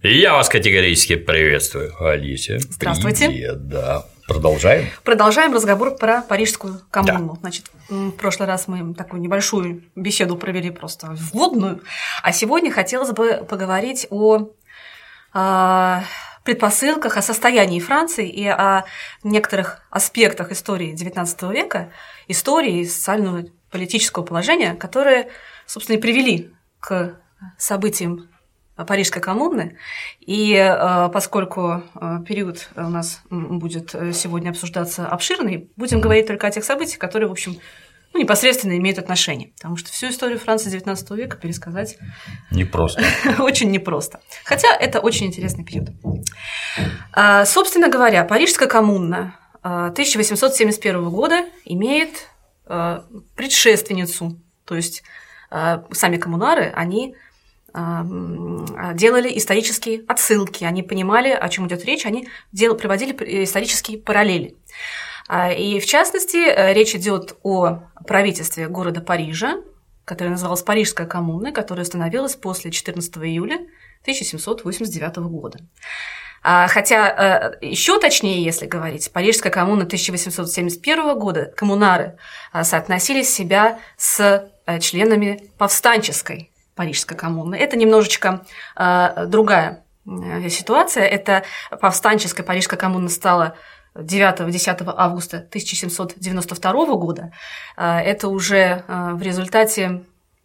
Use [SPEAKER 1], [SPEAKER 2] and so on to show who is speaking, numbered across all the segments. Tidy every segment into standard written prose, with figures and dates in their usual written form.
[SPEAKER 1] Я вас категорически приветствую, Алися.
[SPEAKER 2] Здравствуйте.
[SPEAKER 1] Привет, да. Продолжаем?
[SPEAKER 2] Продолжаем разговор про Парижскую коммуну.
[SPEAKER 1] Да.
[SPEAKER 2] Значит, в прошлый раз мы такую небольшую беседу провели, просто вводную, а сегодня хотелось бы поговорить о предпосылках, о состоянии Франции и о некоторых аспектах истории XIX века, истории социального политического положения, которые, собственно, и привели к событиям Парижской коммуны. И поскольку период у нас будет сегодня обсуждаться обширный, будем говорить только о тех событиях, которые, в общем, непосредственно имеют отношение. Потому что всю историю Франции XIX века пересказать
[SPEAKER 1] непросто.
[SPEAKER 2] Очень непросто. Хотя это очень интересный период. Собственно говоря, Парижская коммуна 1871 года имеет предшественницу. То есть сами коммунары, они делали исторические отсылки, они понимали, о чем идет речь, они проводили исторические параллели. И в частности, речь идет о правительстве города Парижа, которое называлось Парижская коммуна, которая установилась после 14 июля 1789 года. Хотя, еще точнее, если говорить, Парижская коммуна 1871 года, коммунары соотносили себя с членами повстанческой Парижской коммуны. Это немножечко другая ситуация. Это повстанческая Парижская коммуна стала 9-10 августа 1792 года. Это уже в результате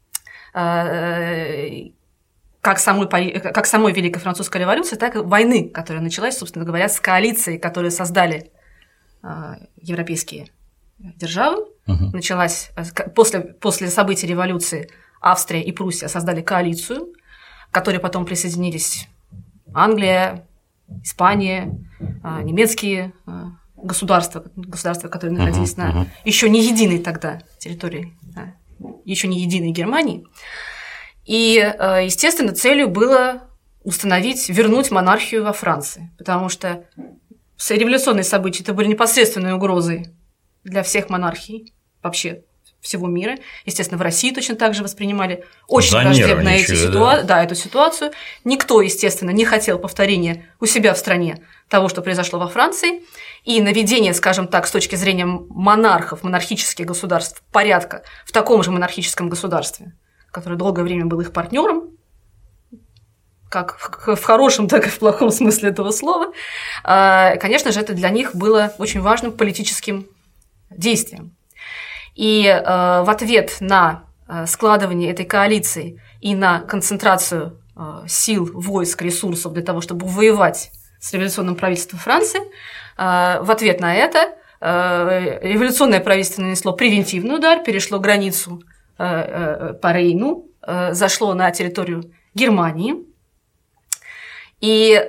[SPEAKER 2] как самой Великой Французской революции, так и войны, которая началась, собственно говоря, с коалицией, которую создали европейские державы. Началась после событий революции. Австрия и Пруссия создали коалицию, к которой потом присоединились Англия, Испания, немецкие государства, которые находились на еще не единой тогда территории, еще не единой Германии. И, естественно, целью было вернуть монархию во Франции, потому что революционные события это были непосредственной угрозой для всех монархий вообще всего мира. Естественно, в России точно так же воспринимали очень враждебно эту ситуацию. Никто, естественно, не хотел повторения у себя в стране того, что произошло во Франции. И наведение, скажем так, с точки зрения монархов, монархических государств, порядка в таком же монархическом государстве, которое долгое время было их партнером, как в хорошем, так и в плохом смысле этого слова, конечно же, это для них было очень важным политическим действием. И в ответ на складывание этой коалиции и на концентрацию сил, войск, ресурсов для того, чтобы воевать с революционным правительством Франции, в ответ на это революционное правительство нанесло превентивный удар, перешло границу по Рейну, зашло на территорию Германии. И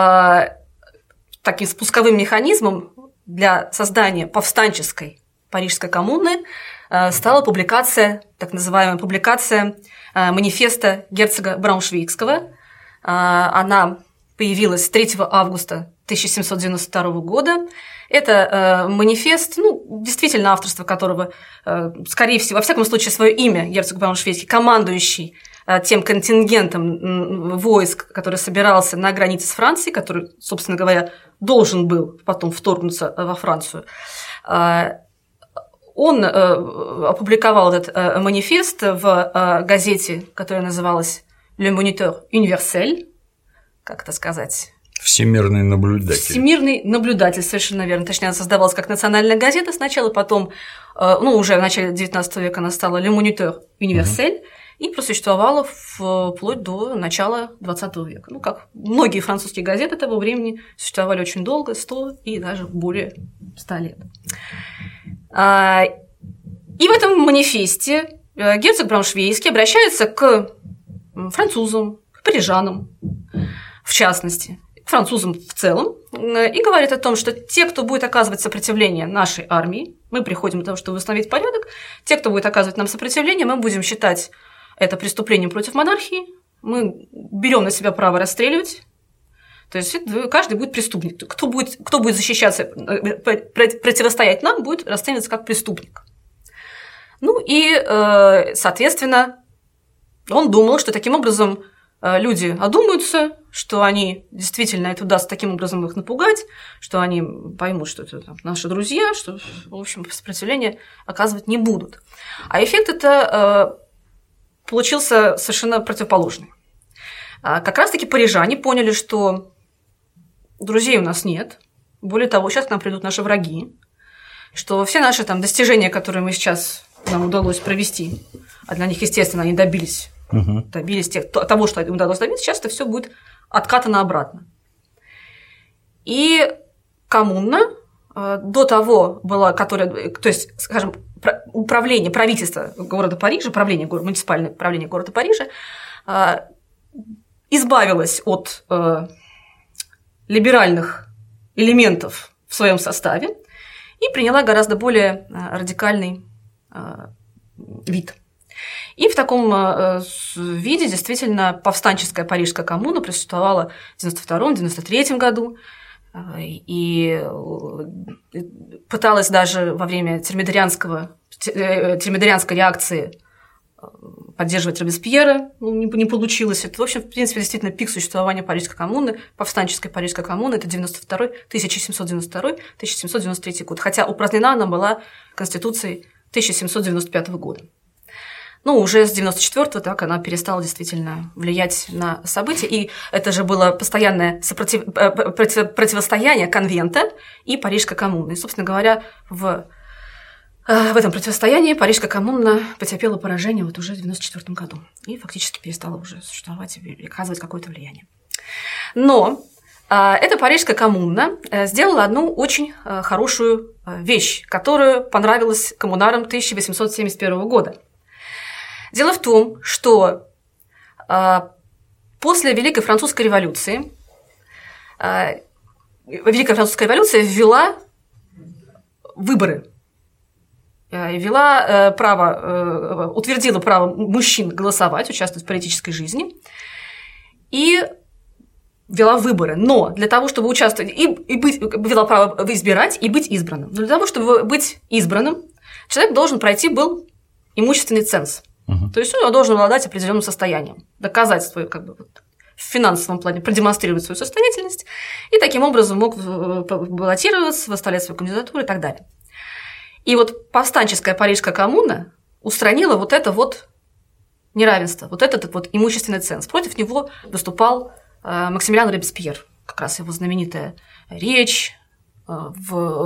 [SPEAKER 2] таким спусковым механизмом для создания повстанческой Парижской коммуны стала так называемая публикация манифеста герцога Брауншвейгского. Она появилась 3 августа 1792 года. Это манифест, действительно авторство которого, скорее всего, во всяком случае, свое имя герцог Брауншвейгский, командующий тем контингентом войск, который собирался на границе с Францией, который, собственно говоря, должен был потом вторгнуться во Францию. Он опубликовал этот манифест в газете, которая называлась «Le Moniteur Universel», как это сказать?
[SPEAKER 1] Всемирный наблюдатель.
[SPEAKER 2] Всемирный наблюдатель, совершенно верно. Точнее, она создавалась как национальная газета сначала, потом, уже в начале XIX века она стала «Le Moniteur Universel», и просуществовала вплоть до начала XX века. Как многие французские газеты того времени существовали очень долго, 100 и даже более 100 лет. И в этом манифесте герцог Брауншвейгский обращается к французам, к парижанам, в частности, к французам в целом, и говорит о том, что те, кто будет оказывать сопротивление нашей армии, мы приходим для того, чтобы восстановить порядок, те, кто будет оказывать нам сопротивление, мы будем считать это преступлением против монархии, мы берем на себя право расстреливать. То есть каждый будет преступник. Кто будет защищаться, противостоять нам, будет расцениваться как преступник. Соответственно, он думал, что таким образом люди одумаются, что они действительно это удастся таким образом их напугать, что они поймут, что это наши друзья, что, в общем, сопротивление оказывать не будут. А эффект это получился совершенно противоположный. Как раз-таки парижане поняли, что друзей у нас нет, более того, сейчас к нам придут наши враги, что все наши там достижения, которые нам удалось провести, а для них, естественно, они добились того, что им удалось добиться, сейчас это все будет откатано обратно. И коммуна до того была, то есть, скажем, правительство города Парижа, муниципальное правление города Парижа избавилось от либеральных элементов в своем составе и приняла гораздо более радикальный вид. И в таком виде действительно повстанческая парижская коммуна просуществовала в 1992-1993 году и пыталась даже во время термидорианской реакции поддерживать Робеспьера, не получилось. Это, в общем, в принципе, действительно пик существования парижской коммуны, повстанческой парижской коммуны, это 1792-1793 год, хотя упразднена она была Конституцией 1795 года. Уже с 94-го так она перестала действительно влиять на события, и это же было постоянное противостояние конвента и Парижской коммуны. И, собственно говоря, в этом противостоянии Парижская коммуна потерпела поражение уже в 1994 году и фактически перестала уже существовать и оказывать какое-то влияние. Но эта Парижская коммуна сделала одну очень хорошую вещь, которая понравилась коммунарам 1871 года. Дело в том, что после Великой Французской революции Великая Французская революция ввела выборы, утвердила право мужчин голосовать, участвовать в политической жизни и ввела выборы. Но для того, чтобы участвовать ввела право избирать и быть избранным. Но для того, чтобы быть избранным, человек должен пройти был имущественный ценз. То есть он должен обладать определенным состоянием, доказать свою, в финансовом плане, продемонстрировать свою состоятельность, и таким образом мог баллотироваться, выставлять свою кандидатуру и так далее. И повстанческая Парижская коммуна устранила это неравенство, этот имущественный ценз. Против него выступал Максимилиан Робеспьер, как раз его знаменитая речь об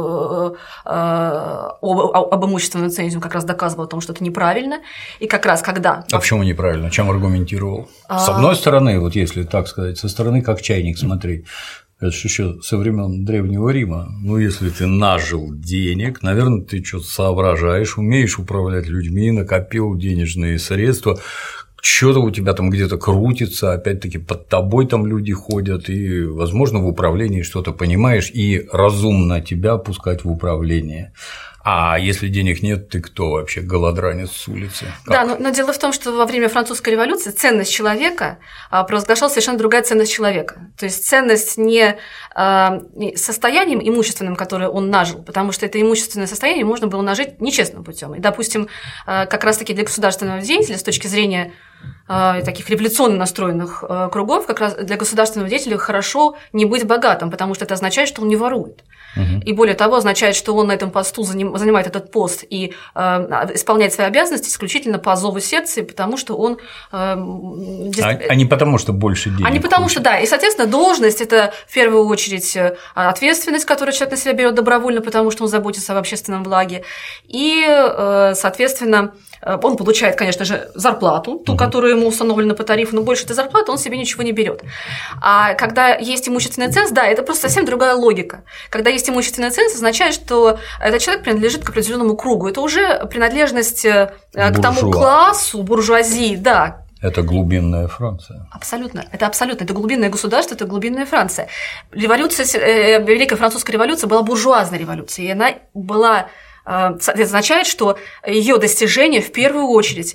[SPEAKER 2] имущественном цензе, он как раз доказывал о том, что это неправильно. И как раз когда…
[SPEAKER 1] А почему неправильно? Чем аргументировал? С одной стороны, если так сказать, со стороны как чайник смотреть, это же еще со времен Древнего Рима. Если ты нажил денег, наверное, ты что-то соображаешь, умеешь управлять людьми, накопил денежные средства, что-то у тебя там где-то крутится, опять-таки под тобой там люди ходят, и, возможно, в управлении что-то понимаешь, и разумно тебя пускать в управление. А если денег нет, ты кто вообще, голодранец с улицы? Как?
[SPEAKER 2] Да, но дело в том, что во время Французской революции ценность человека провозглашалась совершенно другая ценность человека. То есть ценность не состоянием имущественным, которое он нажил, потому что это имущественное состояние можно было нажить нечестным путем. И, допустим, как раз-таки для государственного деятеля с точки зрения таких революционно настроенных кругов, как раз для государственного деятеля хорошо не быть богатым, потому что это означает, что он не ворует. И более того, означает, что он на этом посту занимает этот пост и исполняет свои обязанности исключительно по зову сердца, потому что он… А
[SPEAKER 1] не потому, что больше денег.
[SPEAKER 2] А не потому, что, да. И, соответственно, должность – это в первую очередь ответственность, которую человек на себя берет добровольно, потому что он заботится об общественном благе. И, соответственно, он получает, конечно же, зарплату, ту, которую ему установлена по тарифу, но больше этой зарплаты он себе ничего не берет. А когда есть имущественный ценз, да, это просто совсем другая логика. Когда есть имущественный ценз, означает, что этот человек принадлежит к определенному кругу. Это уже принадлежность к тому классу, буржуазии, да.
[SPEAKER 1] Это глубинная Франция.
[SPEAKER 2] Абсолютно. Это глубинное государство, это глубинная Франция. Великая Французская революция была буржуазной революцией, и она была… Это означает, что ее достижения в первую очередь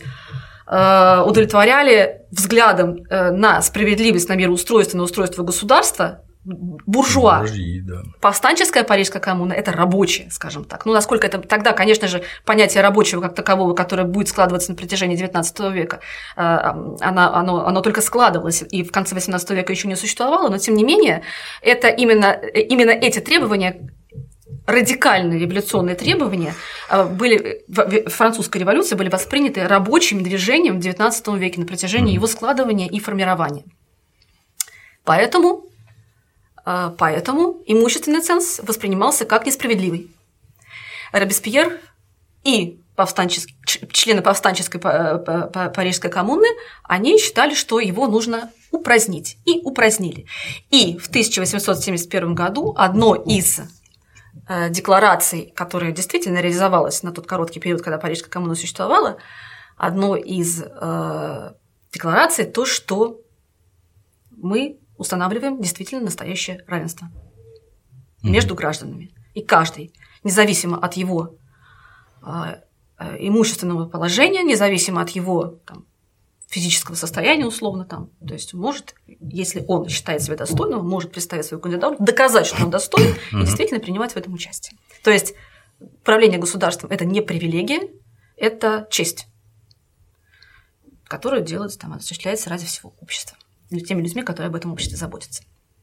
[SPEAKER 2] удовлетворяли взглядом на справедливость, на мироустройство, на устройство государства буржуа.
[SPEAKER 1] Буржуи, да.
[SPEAKER 2] Повстанческая Парижская коммуна – это рабочая, скажем так. Ну, насколько это тогда, конечно же, понятие рабочего как такового, которое будет складываться на протяжении XIX века, оно только складывалось и в конце XVIII века еще не существовало, но тем не менее, это именно эти требования, радикальные революционные требования были в французской революции были восприняты рабочим движением в XIX веке на протяжении его складывания и формирования. Поэтому имущественный ценз воспринимался как несправедливый. Робеспьер и члены повстанческой Парижской коммуны, они считали, что его нужно упразднить, и упразднили. И в 1871 году одно из деклараций, которая действительно реализовалась на тот короткий период, когда Парижская коммуна существовала, одно из деклараций то, что мы устанавливаем действительно настоящее равенство между гражданами. И каждый, независимо от его имущественного положения, независимо от его физического состояния, условно, то есть может, если он считает себя достойным, может представить свою кандидатуру, доказать, что он достоин, и действительно принимать в этом участие. То есть управление государством – это не привилегия, это честь, которую осуществляется ради всего общества, теми людьми, которые об этом обществе заботятся.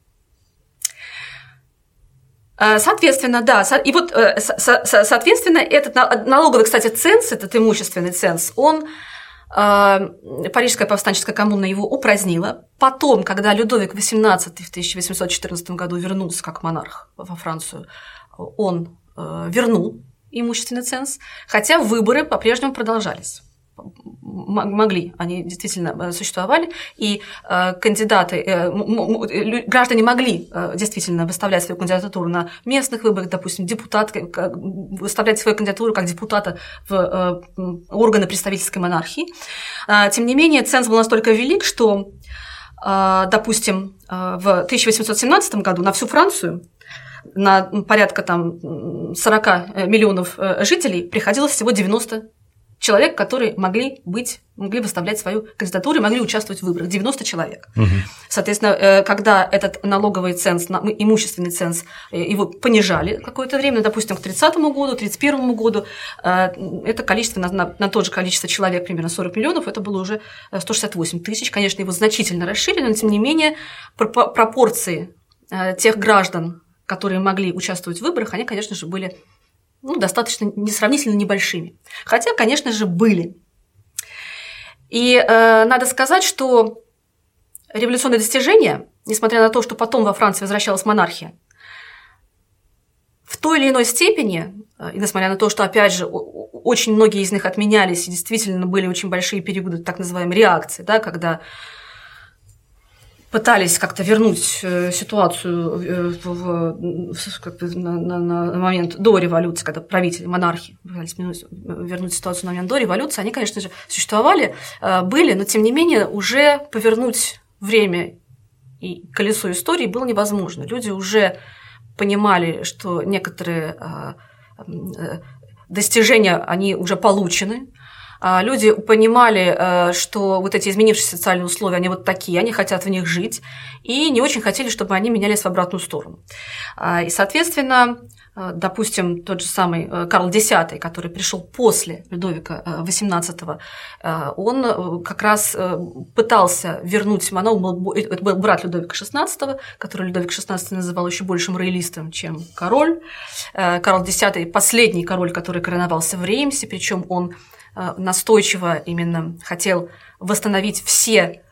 [SPEAKER 2] Соответственно, да, и вот, соответственно, этот налоговый, кстати, ценз, этот имущественный ценз, Парижская повстанческая коммуна его упразднила. Потом, когда Людовик XVIII в 1814 году вернулся как монарх во Францию, он вернул имущественный ценз, хотя выборы по-прежнему продолжались. Они действительно существовали, и граждане могли действительно выставлять свою кандидатуру на местных выборах, допустим, выставлять свою кандидатуру как депутата в органы представительской монархии. Тем не менее, ценз был настолько велик, что, допустим, в 1817 году на всю Францию, на порядка 40 миллионов жителей, приходилось всего 90 человек, которые могли выставлять свою кандидатуру и могли участвовать в выборах. 90 человек. Соответственно, когда этот налоговый ценз, имущественный ценз, его понижали какое-то время, допустим, к 30-му году, 31-му году, это количество на то же количество человек, примерно 40 миллионов, это было уже 168 тысяч. Конечно, его значительно расширили, но, тем не менее, пропорции тех граждан, которые могли участвовать в выборах, они, конечно же, были достаточно сравнительно небольшими. Хотя, конечно же, были. И надо сказать, что революционные достижения, несмотря на то, что потом во Франции возвращалась монархия, в той или иной степени, и несмотря на то, что, опять же, очень многие из них отменялись, и действительно были очень большие периоды так называемой реакции, да, когда пытались как-то вернуть ситуацию на момент до революции, когда правители, монархи пытались вернуть ситуацию на момент до революции, они, конечно же, существовали, были, но, тем не менее, уже повернуть время и колесо истории было невозможно. Люди уже понимали, что некоторые достижения, они уже получены. Люди понимали, что вот эти изменившиеся социальные условия, они вот такие, они хотят в них жить, и не очень хотели, чтобы они менялись в обратную сторону. И, соответственно, допустим, тот же самый Карл X, который пришел после Людовика XVIII, он как раз пытался вернуть монархию, это был брат Людовика XVI, который Людовик XVI называл еще большим роялистом, чем король. Карл X – последний король, который короновался в Реймсе, причем он настойчиво именно хотел восстановить все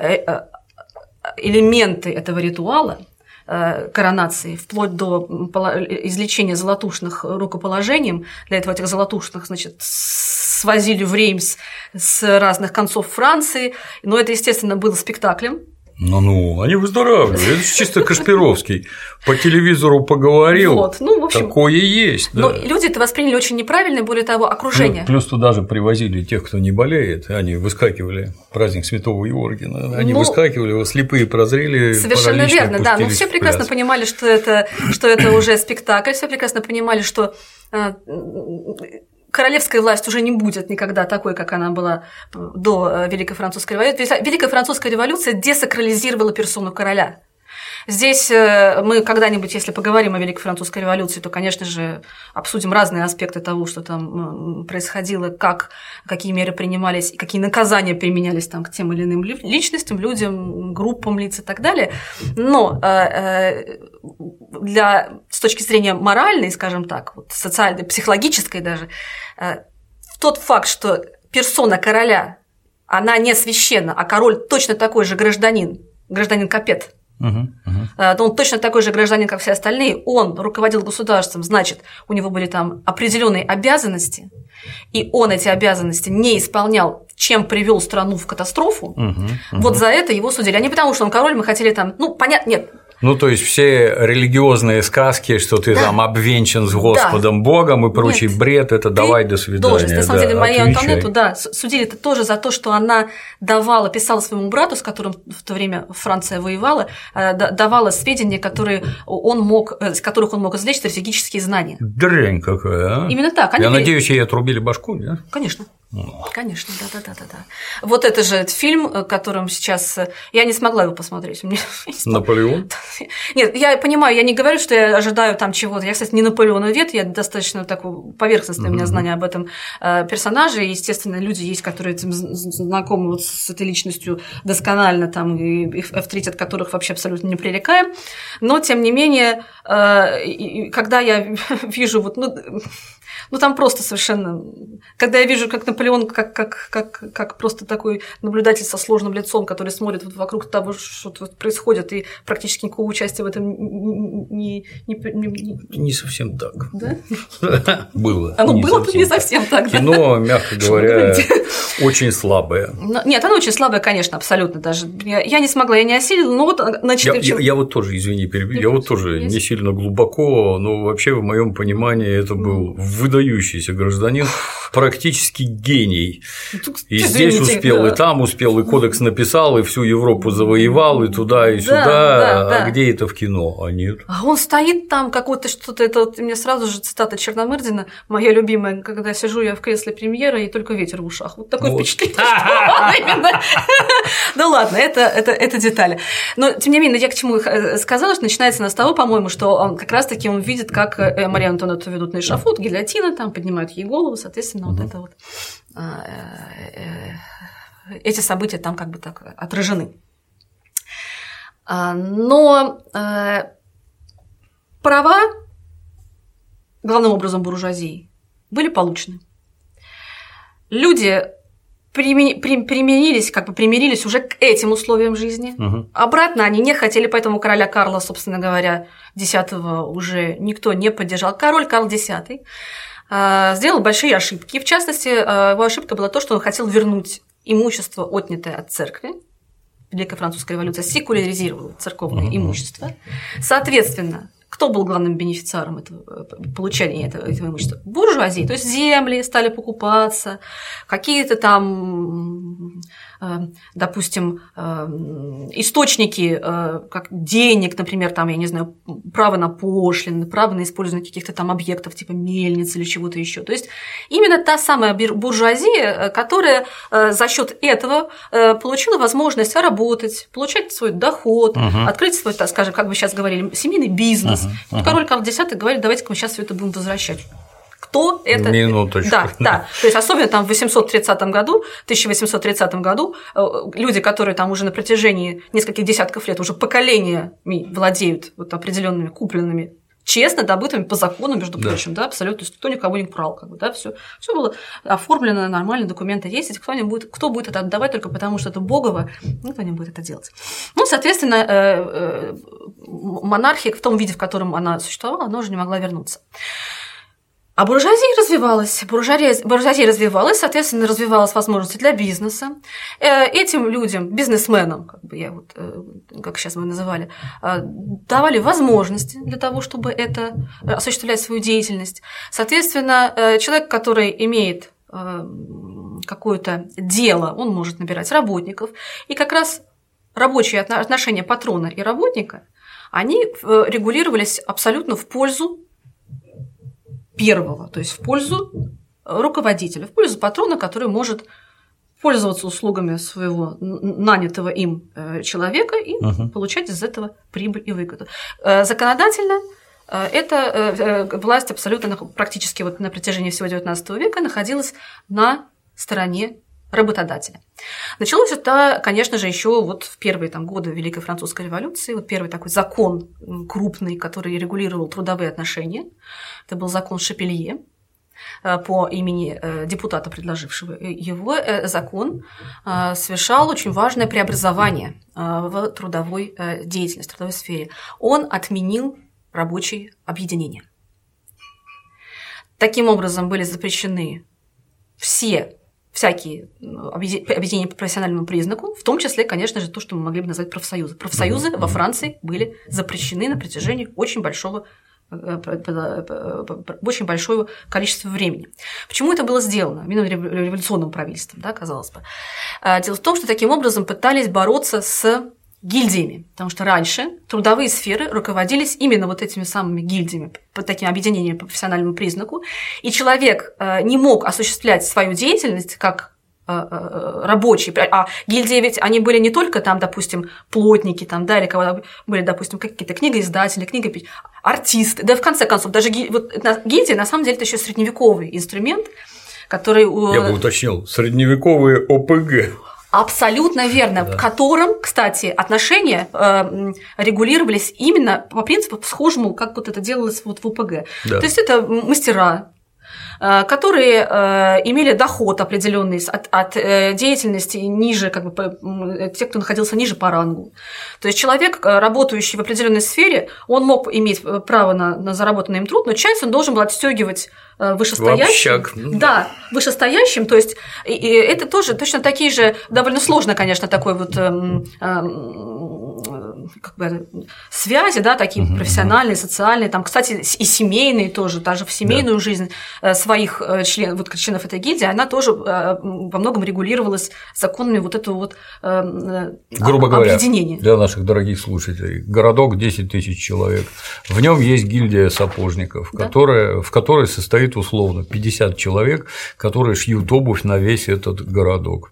[SPEAKER 2] элементы этого ритуала коронации, вплоть до извлечения золотушных рукоположением. Для этого этих золотушных, свозили в Реймс с разных концов Франции, но это, естественно, было спектаклем.
[SPEAKER 1] Ну, они выздоравливают. Это чисто Кашпировский по телевизору поговорил.
[SPEAKER 2] Вот. Ну, в общем,
[SPEAKER 1] такое есть. Да.
[SPEAKER 2] Но люди это восприняли очень неправильно, более того, окружение.
[SPEAKER 1] Плюс туда же привозили тех, кто не болеет, они выскакивали, праздник Святого Георгия, они выскакивали, слепые прозрели.
[SPEAKER 2] Совершенно верно, да. Но все прекрасно понимали, что это уже спектакль, все прекрасно понимали, что королевская власть уже не будет никогда такой, как она была до Великой Французской революции. Великая Французская революция десакрализировала персону короля. Здесь мы когда-нибудь, если поговорим о Великой Французской революции, то, конечно же, обсудим разные аспекты того, что там происходило, какие меры принимались и какие наказания применялись там к тем или иным личностям, людям, группам лиц и так далее. Но с точки зрения моральной, скажем так, вот, социальной, психологической даже, тот факт, что персона короля, она не священна, а король точно такой же гражданин Капет, он точно такой же гражданин, как все остальные, он руководил государством, значит, у него были там определенные обязанности, и он эти обязанности не исполнял, чем привел страну в катастрофу, вот за это его судили. А не потому, что он король, мы хотели там, понятно, нет.
[SPEAKER 1] То есть все религиозные сказки, что ты там обвенчан с Господом Богом и прочий бред, это давай до свидания.
[SPEAKER 2] Должность. На самом деле, Марию Антуанетту, судили-то тоже за то, что она писала своему брату, с которым в то время Франция воевала, давала сведения, из которых он мог извлечь стратегические знания.
[SPEAKER 1] Дрянь какая, а?
[SPEAKER 2] Именно так.
[SPEAKER 1] Я надеюсь, ей отрубили башку, да?
[SPEAKER 2] Конечно. Конечно, да. Вот это же фильм, которым сейчас… Я не смогла его посмотреть.
[SPEAKER 1] Наполеон?
[SPEAKER 2] Нет, я понимаю, я не говорю, что я ожидаю там чего-то. Я, кстати, не Наполеоновед, я достаточно поверхностное у меня знание об этом персонаже. И, естественно, люди есть, которые этим знакомы с этой личностью досконально, там, и авторитет которых вообще абсолютно не пререкаем. Но, тем не менее, когда я вижу там просто совершенно… Когда я вижу, как Наполеон, как просто такой наблюдатель со сложным лицом, который смотрит вокруг того, что тут происходит, и практически никакого участия в этом
[SPEAKER 1] не совсем так.
[SPEAKER 2] Да?
[SPEAKER 1] Было.
[SPEAKER 2] Оно было не совсем так.
[SPEAKER 1] Кино, мягко говоря, очень слабое.
[SPEAKER 2] Нет, оно очень слабое, конечно, абсолютно даже. Я не смогла, я не осилила, но вот на 4 часа.
[SPEAKER 1] Я вот тоже, извини, перебью, я вот тоже не сильно глубоко, но вообще в моем понимании это был выдающийся гражданин, практически гений. И здесь успел, и там успел, и кодекс написал, и всю Европу завоевал, и туда, и сюда. А где это в кино? А нет.
[SPEAKER 2] А он стоит там, какое-то что-то, это вот мне сразу же цитата Черномырдина, моя любимая, когда сижу я в кресле премьера, и только ветер в ушах. Вот такое впечатление, что именно. Ну ладно, это детали. Но, тем не менее, я к чему сказала, что начинается она с того, по-моему, что он как раз-таки он видит, как Марию Антуанетту ведут на эшафот, гильотина, там поднимают ей голову, соответственно, вот это вот эти события там как бы так отражены. Но права, главным образом буржуазии, были получены. Люди примирились уже к этим условиям жизни. Обратно они не хотели, поэтому короля Карла, собственно говоря, X уже никто не поддержал. Король Карл X сделал большие ошибки. В частности, его ошибка была то, что он хотел вернуть имущество, отнятое от церкви. Великая Французская революция секуляризировала церковное имущество. Соответственно, кто был главным бенефициаром получения этого имущества? Буржуазия, то есть земли стали покупаться, какие-то там, допустим, источники как денег, например, там, я не знаю, право на пошлины, право на использование каких-то там объектов типа мельниц или чего-то еще. То есть именно та самая буржуазия, которая за счет этого получила возможность работать, получать свой доход, открыть свой, так скажем, как бы сейчас говорили, семейный бизнес. Вот король Карл X говорит, давайте-ка мы сейчас все это будем возвращать. Кто это?
[SPEAKER 1] Минуточку.
[SPEAKER 2] Да. То есть особенно там в 1830 году люди, которые там уже на протяжении нескольких десятков лет уже поколениями владеют вот определенными купленными, честно добытыми по закону, между прочим, да, абсолютно, то есть никто никого не крал, как бы, да, все было оформлено, нормально, документы есть, и кто будет это отдавать только потому, что это богово, никто не будет это делать. Ну, соответственно, монархия в том виде, в котором она существовала, она уже не могла вернуться. А буржуазия развивалась, соответственно, развивалась возможности для бизнеса. Этим людям, бизнесменам, как сейчас мы называли, давали возможности для того, чтобы осуществлять свою деятельность. Соответственно, человек, который имеет какое-то дело, он может набирать работников. И как раз рабочие отношения патрона и работника, они регулировались абсолютно в пользу первого, то есть в пользу руководителя, в пользу патрона, который может пользоваться услугами своего нанятого им человека и получать из этого прибыль и выгоду. Законодательно эта власть абсолютно практически вот на протяжении всего XIX века находилась на стороне работодателя. Началось это, конечно же, еще вот в первые годы Великой Французской революции. Вот первый такой закон крупный, который регулировал трудовые отношения, это был закон Шапелье по имени депутата, предложившего его. Закон совершал очень важное преобразование в трудовой деятельности, в трудовой сфере. Он отменил рабочие объединения. Таким образом были запрещены всякие объединения по профессиональному признаку, в том числе, конечно же, то, что мы могли бы назвать профсоюзы. Профсоюзы во Франции были запрещены на протяжении очень большого количества времени. Почему это было сделано? Именно революционным правительством, да, казалось бы. Дело в том, что таким образом пытались бороться с гильдиями, потому что раньше трудовые сферы руководились именно вот этими самыми гильдиями, такими объединениями по профессиональному признаку, и человек не мог осуществлять свою деятельность как рабочий, а гильдии ведь они были не только там, допустим, плотники, там, да, или кого были, допустим, какие-то книгоиздатели, артисты, да, в конце концов, даже гильдия, на самом деле, это еще средневековый инструмент, который…
[SPEAKER 1] Я бы уточнил, средневековые ОПГ.
[SPEAKER 2] Абсолютно верно, в котором, кстати, отношения регулировались именно по принципу схожему, как вот это делалось вот в ОПГ. Да. То есть это мастера, которые имели доход определенный от деятельности ниже, те, кто находился ниже по рангу. То есть человек, работающий в определенной сфере, он мог иметь право на заработанный им труд, но часть он должен был отстегивать вышестоящим. Да, вышестоящим, то есть это тоже точно такие же, довольно сложно, конечно, такой вот связи, да, такие профессиональные, социальные, там, кстати, и семейные тоже, даже в семейную жизнь своих членов этой гильдии, она тоже во многом регулировалась законами вот этого вот
[SPEAKER 1] грубо говоря,
[SPEAKER 2] объединения.
[SPEAKER 1] Для наших дорогих слушателей, городок 10 тысяч человек, в нем есть гильдия сапожников, в которой состоит условно 50 человек, которые шьют обувь на весь этот городок.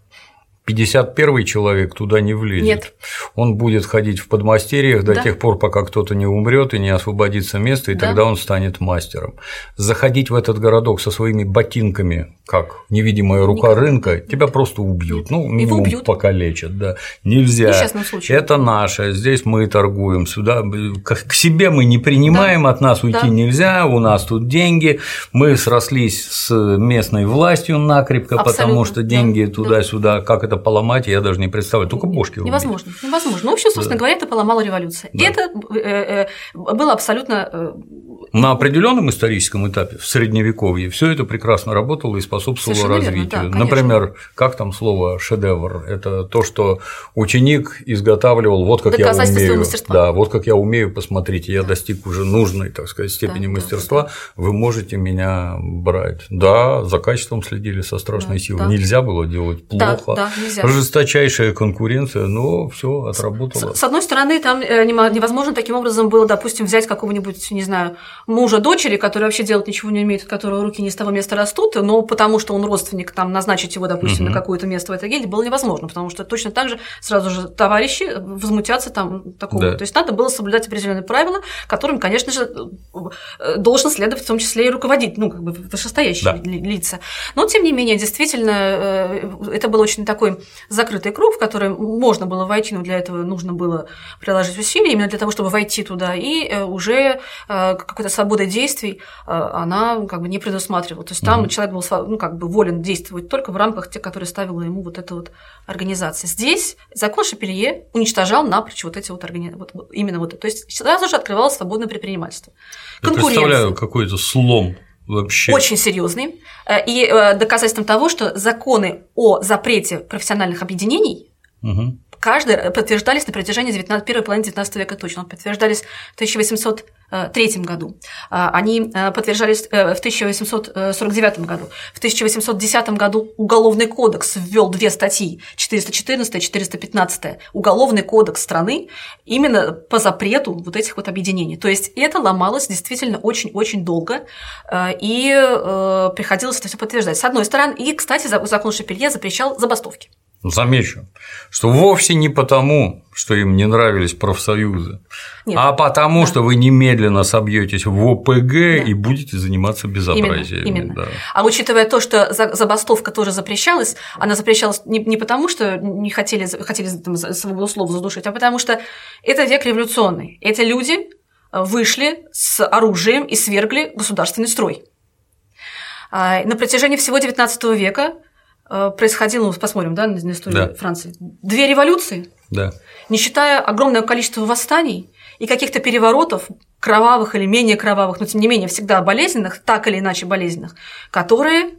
[SPEAKER 1] 51-й человек туда не влезет.
[SPEAKER 2] Нет.
[SPEAKER 1] Он будет ходить в подмастерьях до тех пор, пока кто-то не умрет и не освободится место, и тогда он станет мастером. Заходить в этот городок со своими ботинками, как невидимая рука рынка, тебя просто убьют. Ну, минимум покалечат. Да. Нельзя. Это наше, здесь мы торгуем. Сюда к себе мы не принимаем, от нас уйти нельзя, у нас тут деньги. Мы срослись с местной властью накрепко, потому что деньги туда-сюда, как это поломать, я даже не представляю, только бошки убить.
[SPEAKER 2] Невозможно. Ну, вообще, собственно говоря, это поломала революция. Да. И это было абсолютно…
[SPEAKER 1] На определенном историческом этапе, в Средневековье, все это прекрасно работало и способствовало совершенно развитию. Верно, да, например, как там слово «шедевр»? Это то, что ученик изготавливал, вот как я умею. Да, вот как я умею, посмотрите, я достиг уже нужной, так сказать, степени мастерства, вы можете меня брать. Да, за качеством следили со страшной силой. Нельзя было делать плохо. Жесточайшая конкуренция, но все отработало.
[SPEAKER 2] С одной стороны, там невозможно таким образом было, допустим, взять какого-нибудь, не знаю, мужа дочери, который вообще делать ничего не умеет, от которого руки не с того места растут, но потому что он родственник, там назначить его, допустим, на какое-то место в этой гильдии было невозможно, потому что точно так же сразу же товарищи возмутятся там такого. Да. То есть надо было соблюдать определенные правила, которым, конечно же, должен следовать в том числе и руководить, вышестоящие лица. Но тем не менее, действительно, это был очень такой закрытый круг, в который можно было войти, но для этого нужно было приложить усилия именно для того, чтобы войти туда, и уже какой-то свобода действий она не предусматривала. То есть там человек был волен действовать только в рамках тех, которые ставила ему вот эта вот организация. Здесь закон Шапелье уничтожал напрочь вот эти вот именно то есть сразу же открывалось свободное предпринимательство.
[SPEAKER 1] Я представляю какой-то слом. Вообще.
[SPEAKER 2] Очень серьезный. И доказательством того, что законы о запрете профессиональных объединений подтверждались на протяжении первой половины XIX века точно. Подтверждались в 1803 году. Они подтверждались в 1849 году. В 1810 году Уголовный кодекс ввел 2 статьи, 414 и 415, Уголовный кодекс страны, именно по запрету вот этих вот объединений. То есть это ломалось действительно очень-очень долго, и приходилось это все подтверждать. С одной стороны, и, кстати, закон Шапелье запрещал забастовки.
[SPEAKER 1] Замечу, что вовсе не потому, что им не нравились профсоюзы, а потому, что вы немедленно собьетесь в ОПГ и будете заниматься безобразиями.
[SPEAKER 2] Именно. Да. А учитывая то, что забастовка тоже запрещалась, она запрещалась не потому, что не хотели там, свободу слова задушить, а потому что это век революционный. Эти люди вышли с оружием и свергли государственный строй. На протяжении всего XIX века происходило, посмотрим, да, на историю Франции, 2 революции, не считая огромного количества восстаний и каких-то переворотов, кровавых или менее кровавых, но тем не менее всегда болезненных, так или иначе болезненных, которые,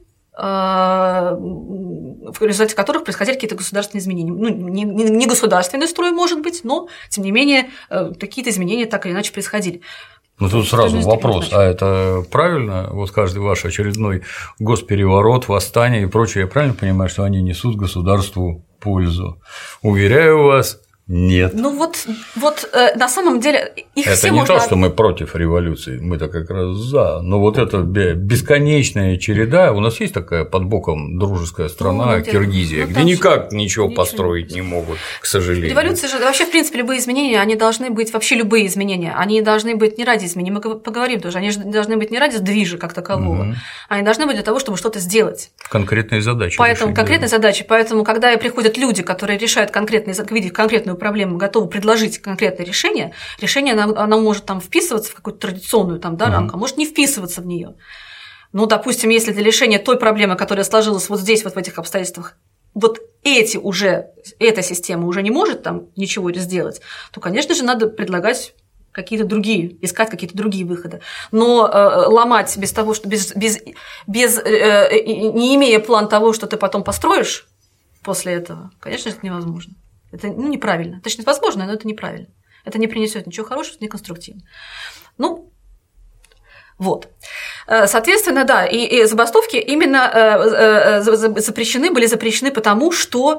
[SPEAKER 2] в результате которых происходили какие-то государственные изменения. Ну, не государственный строй, может быть, но тем не менее какие-то изменения так или иначе происходили.
[SPEAKER 1] Ну, тут сразу вопрос, а это правильно, вот каждый ваш очередной госпереворот, восстание и прочее, я правильно понимаю, что они несут государству пользу? Уверяю вас, нет.
[SPEAKER 2] Ну вот на самом деле их
[SPEAKER 1] это
[SPEAKER 2] все
[SPEAKER 1] не
[SPEAKER 2] можно…
[SPEAKER 1] то, что мы против революции, мы-то как раз за, но вот эта бесконечная череда, у нас есть такая под боком дружеская страна, Киргизия, где никак ничего построить не могут, к сожалению.
[SPEAKER 2] Революция же, вообще, в принципе, любые изменения, они должны быть, вообще любые изменения, они должны быть не ради изменений, мы поговорим тоже, они же должны быть не ради сдвижа как такового, они должны быть для того, чтобы что-то сделать.
[SPEAKER 1] Конкретные задачи.
[SPEAKER 2] Поэтому конкретные задачи, поэтому, когда приходят люди, которые решают видят конкретную проблему, готовы предложить конкретное решение, оно может там вписываться в какую-то традиционную там, рамку, а может не вписываться в нее. Ну, допустим, если для решения той проблемы, которая сложилась вот здесь, вот в этих обстоятельствах, вот эта система уже не может там ничего сделать, то, конечно же, надо предлагать искать какие-то другие выходы. Но ломать без того, что не имея план того, что ты потом построишь после этого, конечно, это невозможно. Это неправильно. Точно возможно, но это неправильно. Это не принесет ничего хорошего, это не конструктивно. Ну, вот. Соответственно, да, и забастовки именно были запрещены потому, что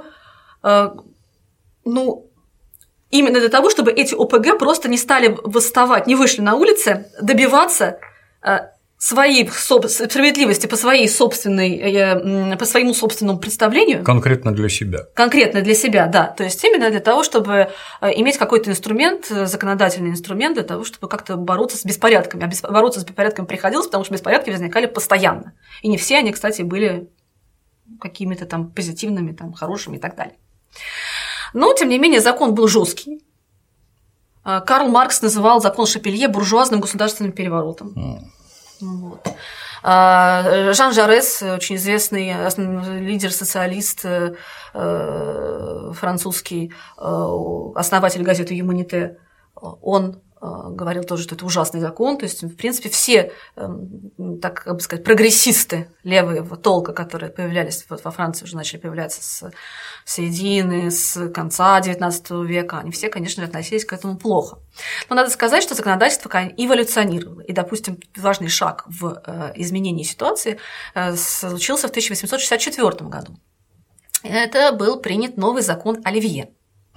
[SPEAKER 2] именно для того, чтобы эти ОПГ просто не стали восставать, не вышли на улицы, добиваться своей справедливости по своему собственному представлению.
[SPEAKER 1] Конкретно для себя.
[SPEAKER 2] Конкретно для себя, да. То есть именно для того, чтобы иметь какой-то инструмент, законодательный инструмент для того, чтобы как-то бороться с беспорядками. А бороться с беспорядками приходилось, потому что беспорядки возникали постоянно. И не все они, кстати, были какими-то там позитивными, там, хорошими и так далее. Но, тем не менее, закон был жесткий. Карл Маркс называл закон Шапелье буржуазным государственным переворотом. Вот. Жан Жарес, очень известный лидер-социалист французский, основатель газеты «Юманите», он говорил тоже, что это ужасный закон. То есть, в принципе, все, так как бы сказать, прогрессисты левого толка, которые появлялись во Франции, уже начали появляться с середины, с конца XIX века, они все, конечно же, относились к этому плохо. Но надо сказать, что законодательство эволюционировало. И, допустим, важный шаг в изменении ситуации случился в 1864 году. Это был принят новый закон Оливье.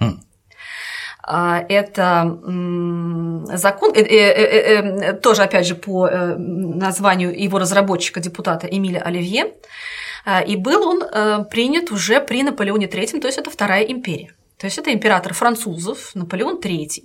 [SPEAKER 2] Это закон, тоже, опять же, по названию его разработчика, депутата Эмиля Оливье, и был он принят уже при Наполеоне III, то есть это Вторая империя. То есть это император французов Наполеон III,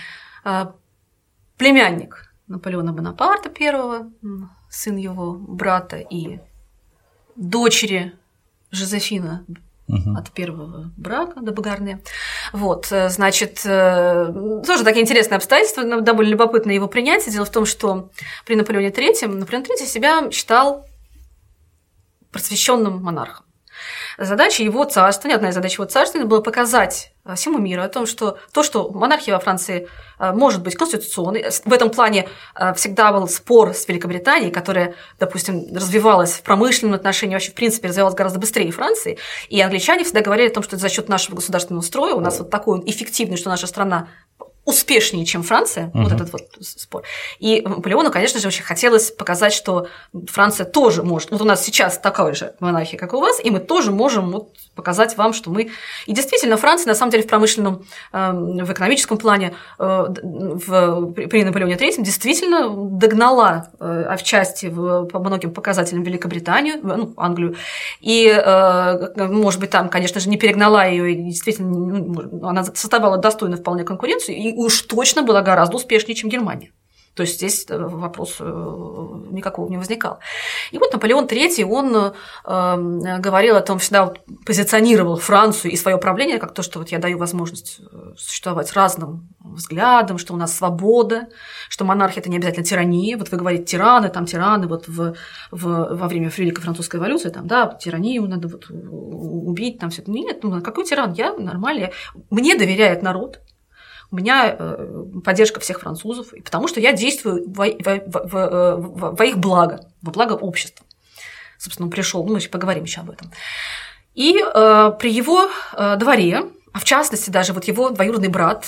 [SPEAKER 2] племянник Наполеона Бонапарта I, сын его брата и дочери Жозефина от первого брака до Багарне. Вот, значит, тоже такие интересные обстоятельства, довольно любопытно его принятие. Дело в том, что при Наполеоне III Наполеон III себя считал просвещенным монархом. задача его царствования, одна из задач его царствования была показать всему миру о том, что то, что монархия во Франции может быть конституционной, в этом плане всегда был спор с Великобританией, которая, допустим, развивалась в промышленном отношении, вообще в принципе развивалась гораздо быстрее Франции, и англичане всегда говорили о том, что это за счет нашего государственного строя у нас вот такой эффективный, что наша страна успешнее, чем Франция, вот этот вот спор. И Наполеону, конечно же, очень хотелось показать, что Франция тоже может. Вот у нас сейчас такая же монархия, как у вас, и мы тоже можем вот показать вам, что мы… И действительно, Франция, на самом деле, в промышленном, в экономическом плане при Наполеоне III действительно догнала в части по многим показателям Великобританию, ну, Англию, и, может быть, там, конечно же, не перегнала ее, и действительно, она составляла достойную вполне конкуренцию, и уж точно была гораздо успешнее, чем Германия. То есть здесь вопрос никакого не возникал. И вот Наполеон III, он говорил о том, всегда позиционировал Францию и свое правление как то, что вот я даю возможность существовать разным взглядам, что у нас свобода, что монархия – это не обязательно тирания. Вот вы говорите тираны, там тираны, вот во время Великой Французской революции, там, да, тиранию надо вот убить, там все это. Нет, ну какой тиран? Я нормальный. Мне доверяет народ. У меня поддержка всех французов, потому что я действую во их благо, во благо общества. Собственно, он пришел, мы еще поговорим еще об этом. И при его дворе, а в частности даже вот его двоюродный брат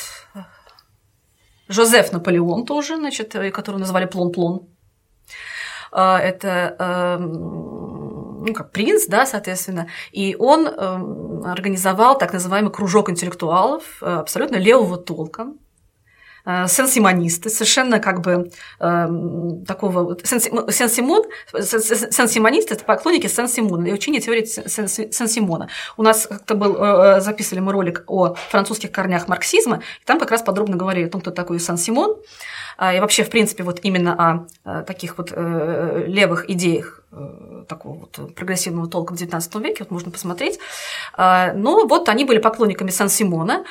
[SPEAKER 2] Жозеф Наполеон тоже, значит, которого называли Плон-Плон, это ну, как принц, да, соответственно, и он организовал так называемый кружок интеллектуалов абсолютно левого толка, сен-симонисты, совершенно как бы такого… Сен-симонисты – это поклонники Сен-Симона и учение теории Сен-Симона. У нас как-то записывали мы ролик о французских корнях марксизма, и там как раз подробно говорили о том, кто такой Сен-Симон, и вообще, в принципе, вот именно о таких вот левых идеях такого вот прогрессивного толка в XIX веке, вот можно посмотреть. Но вот они были поклонниками Сен-Симона.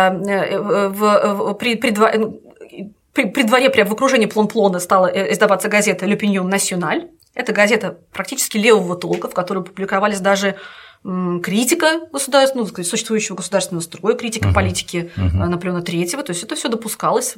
[SPEAKER 2] При дворе, в окружении Плон-Плона стала издаваться газета «L'Opinion Nationale». Это газета практически левого толка, в которой публиковались даже критика государственного, существующего государственного строя, критика политики Наполеона III, то есть это все допускалось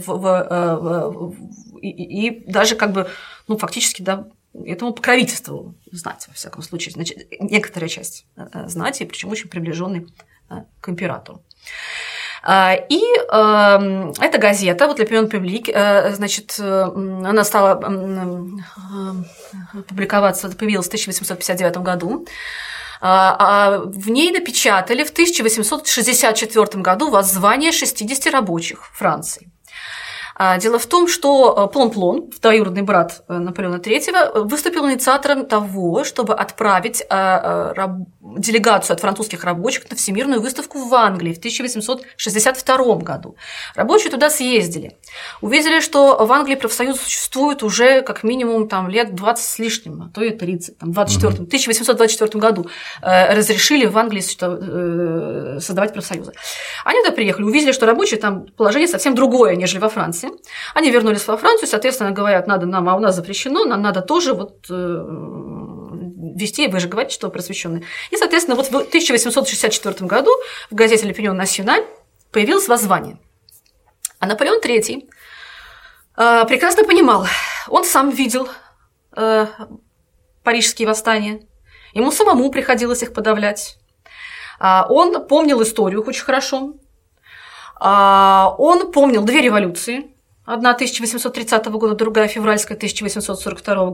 [SPEAKER 2] и даже как бы, ну, фактически, да, этому покровительствовал знать, во всяком случае, значит, некоторая часть знати, причем очень приближенной к императору. И эта газета, вот «L'Opinion Publique», значит, она стала публиковаться, появилась в 1859 году. В ней напечатали в 1864 году воззвание 60 рабочих Франции. Дело в том, что Плон-Плон, двоюродный брат Наполеона III, выступил инициатором того, чтобы отправить делегацию от французских рабочих на Всемирную выставку в Англии в 1862 году. Рабочие туда съездили, увидели, что в Англии профсоюз существует уже как минимум там, лет 20 с лишним, а то и 30. В 1824 году разрешили в Англии создавать профсоюзы. Они туда приехали, увидели, что рабочие там положение совсем другое, нежели во Франции. Они вернулись во Францию, соответственно, говорят, надо нам, а у нас запрещено, нам надо тоже вот вести, вы же говорите, что вы просвещенные. И, соответственно, вот в 1864 году в газете «L'Opinion Nationale» появилось воззвание. А Наполеон III прекрасно понимал, он сам видел парижские восстания, ему самому приходилось их подавлять. Он помнил историю очень хорошо. Он помнил две революции. Одна 1830 года, другая февральская 1848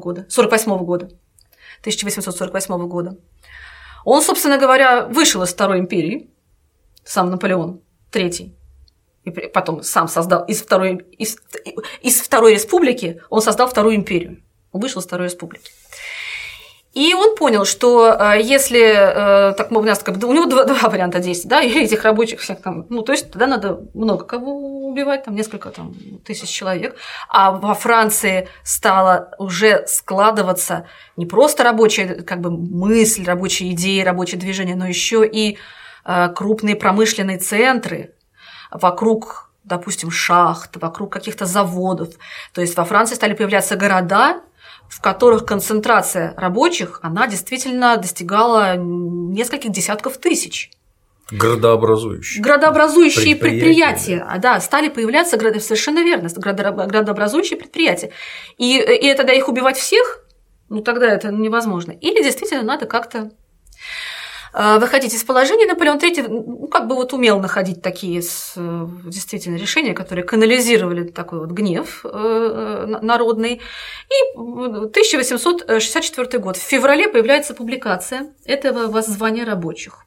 [SPEAKER 2] года. Он, собственно говоря, вышел из Второй империи, сам Наполеон III, и потом сам создал из Второй республики, он создал Вторую империю. Он вышел из Второй республики. И он понял, что если так, у нас как бы, у него два варианта действий, да, и этих рабочих всех там, ну, то есть тогда надо много кого убивать, там несколько там, тысяч человек, а во Франции стало уже складываться не просто рабочая как бы мысль, рабочие идеи, рабочее движение, но еще и крупные промышленные центры вокруг, допустим, шахт, вокруг каких-то заводов. То есть во Франции стали появляться города, в которых концентрация рабочих, она действительно достигала нескольких десятков тысяч.
[SPEAKER 1] Градообразующие
[SPEAKER 2] предприятия, да, стали появляться, совершенно верно, градообразующие предприятия. И тогда их убивать всех, ну тогда это невозможно. Или действительно надо как-то выходить из положения. Наполеон III умел находить такие действительно решения, которые канализировали такой вот гнев народный. И 1864 год. В феврале появляется публикация этого воззвания рабочих.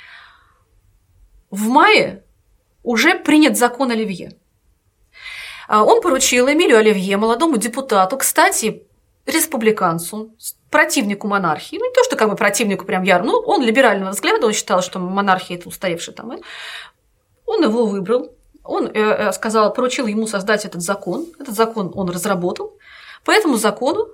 [SPEAKER 2] В мае уже принят закон Оливье. Он поручил Эмилю Оливье, молодому депутату, кстати, республиканцу, противнику монархии, не то, что противнику прям ярко, но он либерального взгляда, он считал, что монархия – это устаревший там. Он его выбрал, он поручил ему создать этот закон он разработал, по этому закону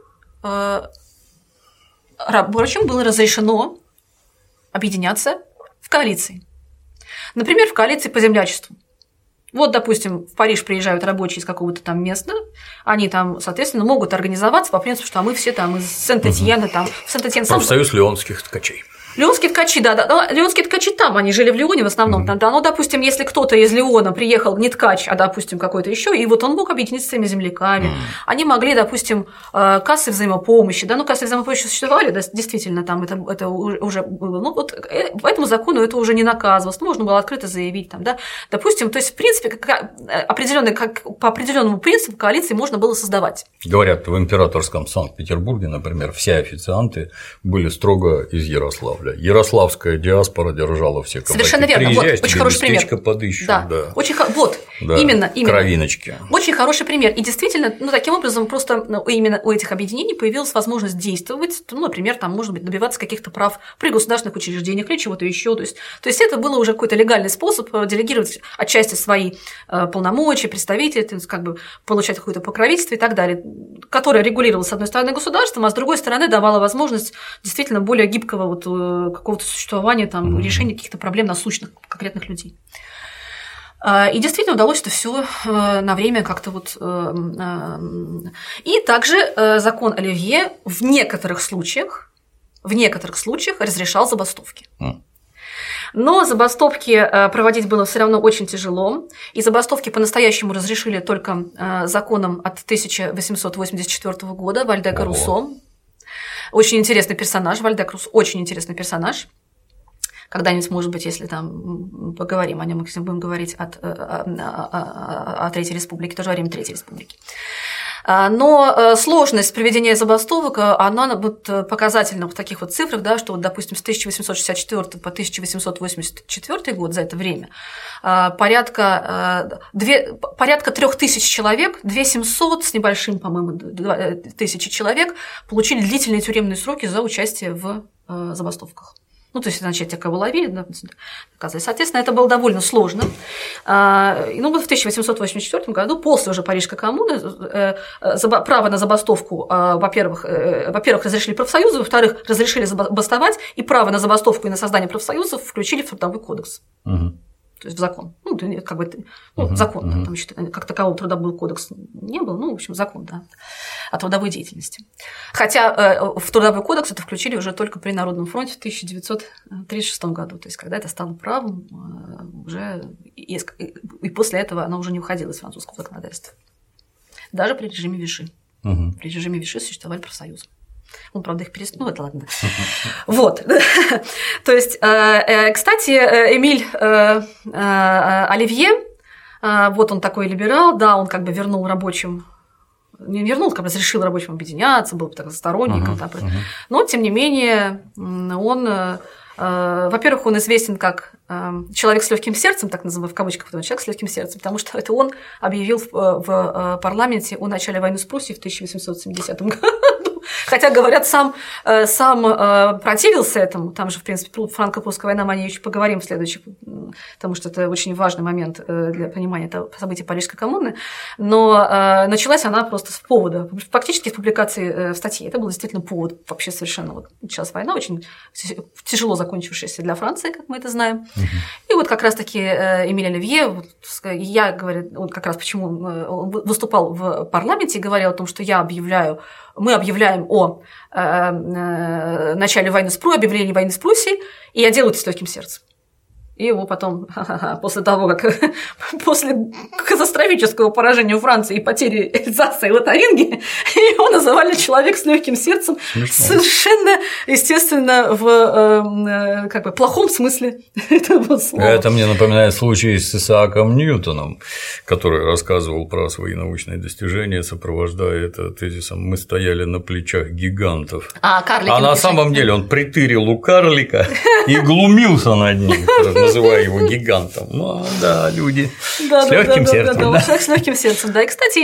[SPEAKER 2] рабочим было разрешено объединяться в коалиции. Например, в коалиции по землячеству. Вот, допустим, в Париж приезжают рабочие из какого-то там места, они там, соответственно, могут организоваться по принципу, что мы все там из Сент-Этьена, там, в Сент-Этьен сам…
[SPEAKER 1] Профсоюз леонских ткачей.
[SPEAKER 2] Леонские ткачи, да, леонские ткачи там, они жили в Лионе в основном, там, да, но, допустим, если кто-то из Лиона приехал не ткач, а, допустим, какой-то еще, и вот он мог объединиться с своими земляками, они могли, допустим, кассы взаимопомощи, да, кассы взаимопомощи существовали, да, действительно, там это уже было, вот по этому закону это уже не наказывалось, можно было открыто заявить, там, да, допустим, то есть, в принципе, по определенному принципу коалиции можно было создавать.
[SPEAKER 1] Говорят, в императорском Санкт-Петербурге, например, все официанты были строго из Ярославля. Ярославская диаспора держала все кабаки.
[SPEAKER 2] Совершенно верно. Вот, очень хороший пример.
[SPEAKER 1] Подыщут,
[SPEAKER 2] да. Очень именно.
[SPEAKER 1] Кровиночки.
[SPEAKER 2] Очень хороший пример. И действительно, таким образом просто именно у этих объединений появилась возможность действовать, например, там, может быть, добиваться каких-то прав при государственных учреждениях или чего-то еще. То есть это был уже какой-то легальный способ делегировать отчасти свои полномочия, представителей, то есть получать какое-то покровительство и так далее, которое регулировалось, с одной стороны, государством, а с другой стороны, давало возможность действительно более гибкого какого-то существования, там, решения каких-то проблем насущных конкретных людей. И действительно удалось это все на время как-то И также закон Оливье в некоторых случаях разрешал забастовки. Но забастовки проводить было все равно очень тяжело, и забастовки по-настоящему разрешили только законом от 1884 года Вальдека Руссо. Очень интересный персонаж, Вальдек Руссо, очень интересный персонаж. Когда-нибудь, может быть, если там поговорим о нем, мы будем говорить о Третьей Республике, тоже во время Третьей Республики. Но сложность проведения забастовок, она показательна в таких вот цифрах, да, что, допустим, с 1864 по 1884 год, за это время, порядка 3000 человек, 2700 с небольшим, по-моему, тысячи человек получили длительные тюремные сроки за участие в забастовках. То есть, значит, тех, кого ловили, наказывали. Соответственно, это было довольно сложно. В 1884 году, после уже Парижской коммуны, право на забастовку, во-первых, разрешили профсоюзы, во-вторых, разрешили забастовать, и право на забастовку и на создание профсоюзов включили в Трудовой кодекс. То есть в закон. Закон, да, там еще как такового трудовой кодекс не был, в общем, закон, да, о трудовой деятельности. Хотя в Трудовой кодекс это включили уже только при Народном фронте в 1936 году, то есть когда это стало правом, уже и после этого оно уже не уходило из французского законодательства. Даже при режиме Виши. При режиме Виши существовали профсоюзы. Правда, их перестал. Это ладно. Вот. То есть, кстати, Эмиль Оливье, вот он такой либерал, да, он вернул рабочим, не вернул, разрешил рабочим объединяться, был сторонником, но, тем не менее, он, во-первых, он известен как человек с легким сердцем, так называемый в кавычках, человек с легким сердцем, потому что это он объявил в парламенте о начале войны с Пруссией в 1870 году. Хотя, говорят, сам противился этому, там же, в принципе, франко-прусская война, мы о ней еще поговорим в следующих, потому что это очень важный момент для понимания событий Парижской коммуны, но началась она просто с повода, фактически с публикации статьи, это был действительно повод вообще совершенно, началась война, очень тяжело закончившаяся для Франции, как мы это знаем, и И вот как раз-таки Эмиль Оливье, я говорю, он как раз почему он выступал в парламенте и говорил о том, что мы объявляем о начале войны объявлении войны с Пруссией, и я делаю это с легким сердцем. И его потом, после того, как после катастрофического поражения Франции и потери Эльзаса и Лотарингии, его называли человек с легким сердцем. Смешно. Совершенно, естественно, в плохом смысле этого слова.
[SPEAKER 1] Это мне напоминает случай с Исааком Ньютоном, который рассказывал про свои научные достижения, сопровождая это тезисом «мы стояли на плечах гигантов». А на самом деле он притырил у карлика и глумился над ним, называя его гигантом. Ну да, люди с легким сердцем.
[SPEAKER 2] Человек с легким сердцем, да. И, кстати,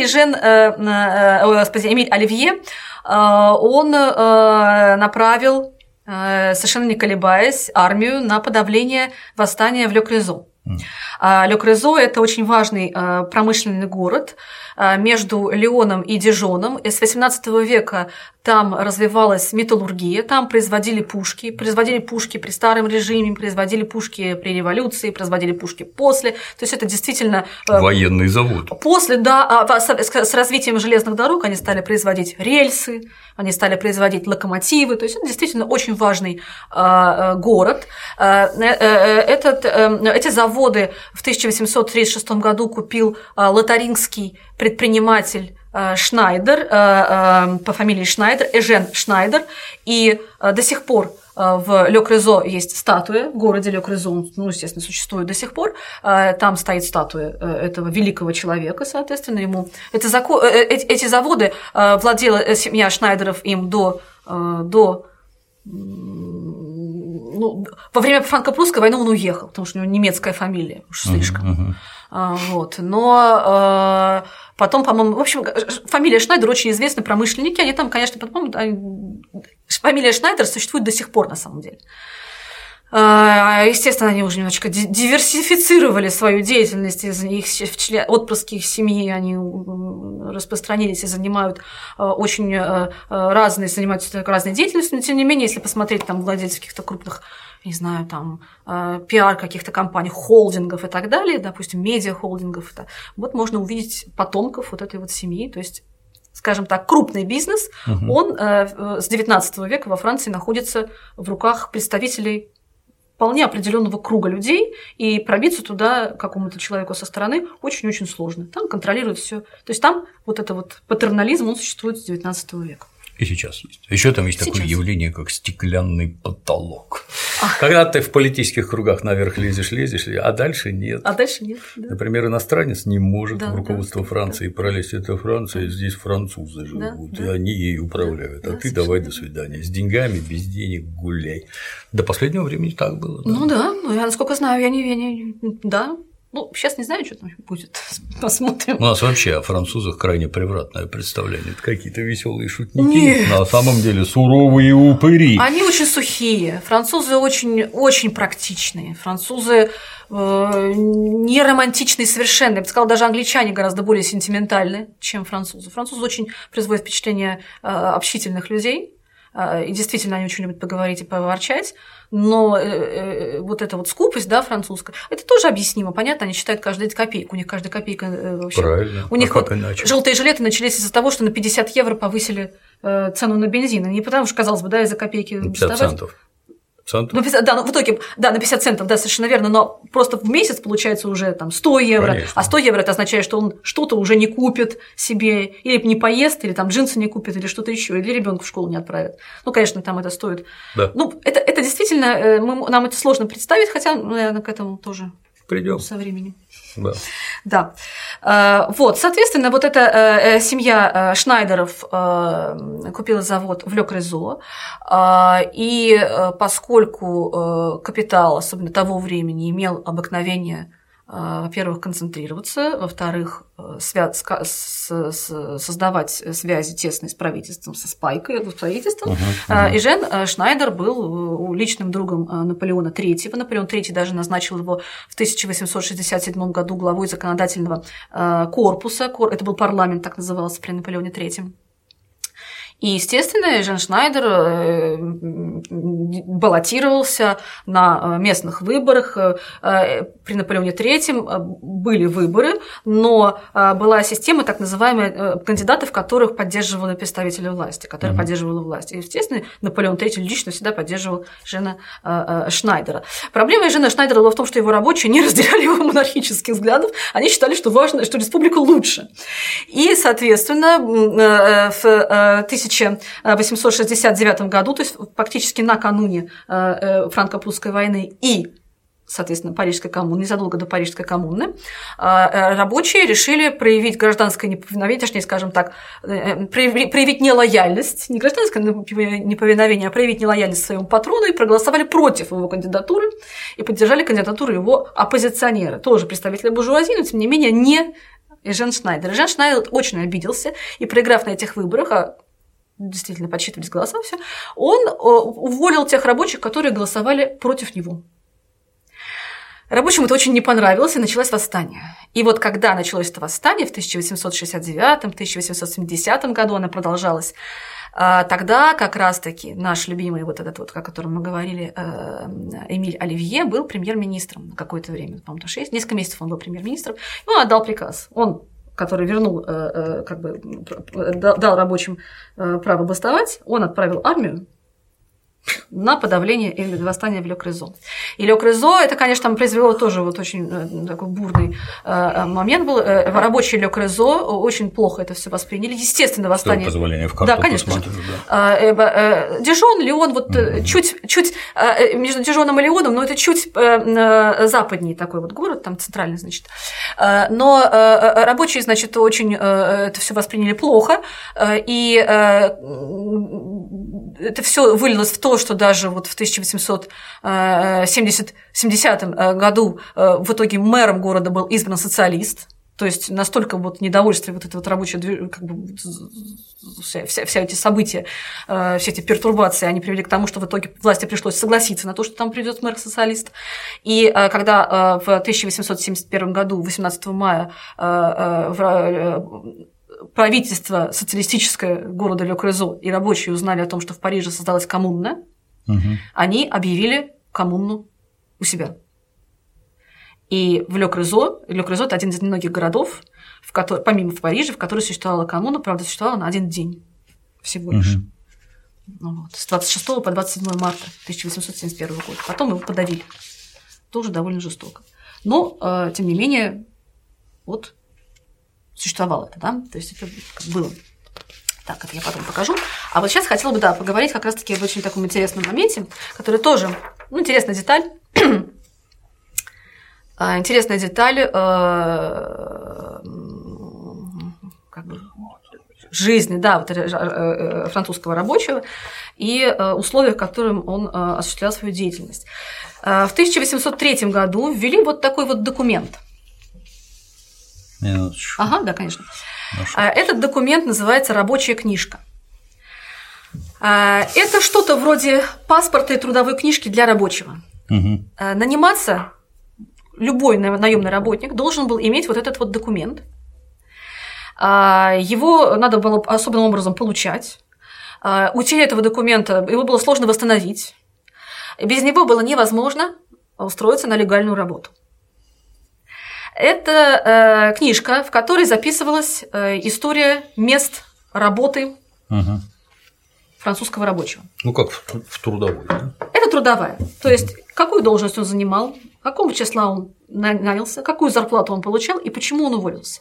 [SPEAKER 2] Эмиль Оливье, он направил, совершенно не колебаясь, армию на подавление восстания в Ле-Крезо. Ле-Крезо – это очень важный промышленный город между Лионом и Дижоном. С XVIII века там развивалась металлургия, там производили пушки при старом режиме, производили пушки при революции, производили пушки после. То есть это действительно…
[SPEAKER 1] Военный завод.
[SPEAKER 2] После, да, с развитием железных дорог они стали производить рельсы, они стали производить локомотивы. То есть это действительно очень важный город. Эти заводы в 1836 году купил лотарингский предприниматель Шнайдер, по фамилии Шнайдер, Эжен Шнайдер, и до сих пор в Ле-Крезо есть статуя, в городе Ле-Крезо, естественно, существует до сих пор, там стоит статуя этого великого человека, соответственно, ему… Эти заводы владела семья Шнайдеров им во время франко-прусской войны он уехал, потому что у него немецкая фамилия, уж слишком. Но потом, по-моему, в общем, фамилия Шнайдер очень известны промышленники, они там, конечно, фамилия Шнайдер существует до сих пор, на самом деле. Естественно, они уже немножечко диверсифицировали свою деятельность, отпрыски их семьи, они распространились и занимаются разной деятельностью, но тем не менее, если посмотреть там владельцев каких-то крупных, не знаю, там пиар каких-то компаний, холдингов и так далее, допустим, медиа-холдингов, вот можно увидеть потомков вот этой вот семьи, то есть, скажем так, крупный бизнес, он с XIX века во Франции находится в руках представителей вполне определенного круга людей, и пробиться туда какому-то человеку со стороны очень-очень сложно. Там контролируют все. То есть там вот это вот патернализм, он существует с XIX века.
[SPEAKER 1] И сейчас есть. Еще там есть такое явление, как стеклянный потолок. Когда ты в политических кругах наверх лезешь, а дальше нет.
[SPEAKER 2] Да.
[SPEAKER 1] Например, иностранец не может в руководство Франции пролезть. Это Франция, здесь французы живут, и они ей управляют. А ты давай до свидания. С деньгами, без денег гуляй. До последнего времени так было. Да?
[SPEAKER 2] Ну да, я насколько знаю, да. Ну, сейчас не знаю, что там будет, посмотрим.
[SPEAKER 1] У нас вообще о французах крайне превратное представление. Это какие-то веселые шутники, на самом деле суровые упыри.
[SPEAKER 2] Они очень сухие, французы очень практичные, французы не романтичные совершенно. Я бы сказала, даже англичане гораздо более сентиментальны, чем французы. Французы очень производят впечатление общительных людей. И действительно, они очень любят поговорить и поворчать, но вот эта вот скупость, да, французская, это тоже объяснимо, понятно, они считают каждую копейку, у них каждая копейка вообще…
[SPEAKER 1] Правильно,
[SPEAKER 2] у них вот желтые жилеты начались из-за того, что на 50 евро повысили цену на бензин, не потому что, казалось бы, да, из-за копейки…
[SPEAKER 1] 50 центов.
[SPEAKER 2] Ну, да, в итоге, да, на 50 центов, да, совершенно верно, но просто в месяц получается уже там 100 евро,
[SPEAKER 1] Конечно.
[SPEAKER 2] А 100 евро – это означает, что он что-то уже не купит себе, или не поест, или там джинсы не купит, или что-то еще, или ребенка в школу не отправит. Ну, конечно, там это стоит.
[SPEAKER 1] Да.
[SPEAKER 2] Ну, это действительно, нам это сложно представить, хотя, наверное, к этому тоже
[SPEAKER 1] придём
[SPEAKER 2] со временем.
[SPEAKER 1] Да.
[SPEAKER 2] Вот, соответственно, вот эта семья Шнайдеров купила завод в Ле-Крезо, и поскольку капитал, особенно того времени, имел обыкновение, во-первых, концентрироваться, во-вторых, создавать связи тесные с правительством, с правительством. Эжен Шнайдер был личным другом Наполеона III. Наполеон III даже назначил его в 1867 году главой законодательного корпуса. Это был парламент, так назывался при Наполеоне III. И, естественно, Эжен Шнайдер баллотировался на местных выборах. При Наполеоне III были выборы, но была система так называемых кандидатов, которых поддерживали представители власти, которые поддерживали власть. И, естественно, Наполеон III лично всегда поддерживал Жена Шнайдера. Проблема Жена Шнайдера была в том, что его рабочие не разделяли его монархических взглядов, они считали, что важно, что республика лучше. И, соответственно, в 1869 году, то есть фактически накануне франко-прусской войны и, соответственно, Парижской коммуны, незадолго до Парижской коммуны, рабочие решили проявить гражданское неповиновение, точнее, скажем так, проявить нелояльность, не гражданское неповиновение, а проявить нелояльность своему патрону и проголосовали против его кандидатуры и поддержали кандидатуру его оппозиционера, тоже представителя буржуазии, но, тем не менее, не Эжен Шнайдер. Эжен Шнайдер очень обиделся, и, проиграв на этих выборах, действительно подсчитывались голоса, все, он уволил тех рабочих, которые голосовали против него. Рабочим это очень не понравилось, и началось восстание. И вот когда началось это восстание, в 1869-1870 году оно продолжалось, тогда как раз-таки наш любимый вот этот вот, о котором мы говорили, Эмиль Оливье был премьер-министром на какое-то время, по-моему, несколько месяцев он был премьер-министром, и он отдал приказ. Он, который вернул, как бы, дал рабочим право бастовать, он отправил армию на подавление восстания в Ле-Крезо. И Ле-Крезо, это, конечно, там произвело тоже вот очень такой бурный момент был. Рабочие Ле-Крезо очень плохо это все восприняли. Естественно, восстание...
[SPEAKER 1] С позволения в карту,
[SPEAKER 2] да, конечно.
[SPEAKER 1] посмотрю. Да.
[SPEAKER 2] Дижон, Лион, вот чуть между Дижоном и Лионом, но это чуть западнее такой вот город, там центральный, значит. Но рабочие, значит, очень это все восприняли плохо, и это все вылилось в то, что даже вот в 1870 году в итоге мэром города был избран социалист, то есть настолько вот недовольствие вот это вот рабочее, как бы все эти события, все эти пертурбации, они привели к тому, что в итоге власти пришлось согласиться на то, что там придет мэр-социалист. И когда в 1871 году, 18 мая, правительство социалистическое города Ле-Крезо и рабочие узнали о том, что в Париже создалась коммуна, они объявили коммуну у себя. И в Ле-Крезо – это один из немногих городов, помимо в Париже, в которой существовала коммуна, правда, существовала на один день всего лишь. Вот, с 26 по 27 марта 1871 года. Потом его подавили. Тоже довольно жестоко. Но, тем не менее, вот существовало это, да? То есть это было. Так, это я потом покажу. А вот сейчас хотела бы, поговорить как раз-таки об очень таком интересном моменте, который тоже, интересная деталь. Интересная деталь как бы жизни, французского рабочего и условиях, в которых он осуществлял свою деятельность. В 1803 году ввели вот такой вот документ.
[SPEAKER 1] Минуточку.
[SPEAKER 2] Ага, да, конечно. Этот документ называется «Рабочая книжка». Это что-то вроде паспорта и трудовой книжки для рабочего. Наниматься любой наемный работник должен был иметь вот этот вот документ. Его надо было особенным образом получать. Утеря этого документа его было сложно восстановить. Без него было невозможно устроиться на легальную работу. Это книжка, в которой записывалась история мест работы французского рабочего.
[SPEAKER 1] Ну, как в трудовой, да?
[SPEAKER 2] Это трудовая. То есть, какую должность он занимал, какого числа он нанялся, какую зарплату он получал и почему он уволился.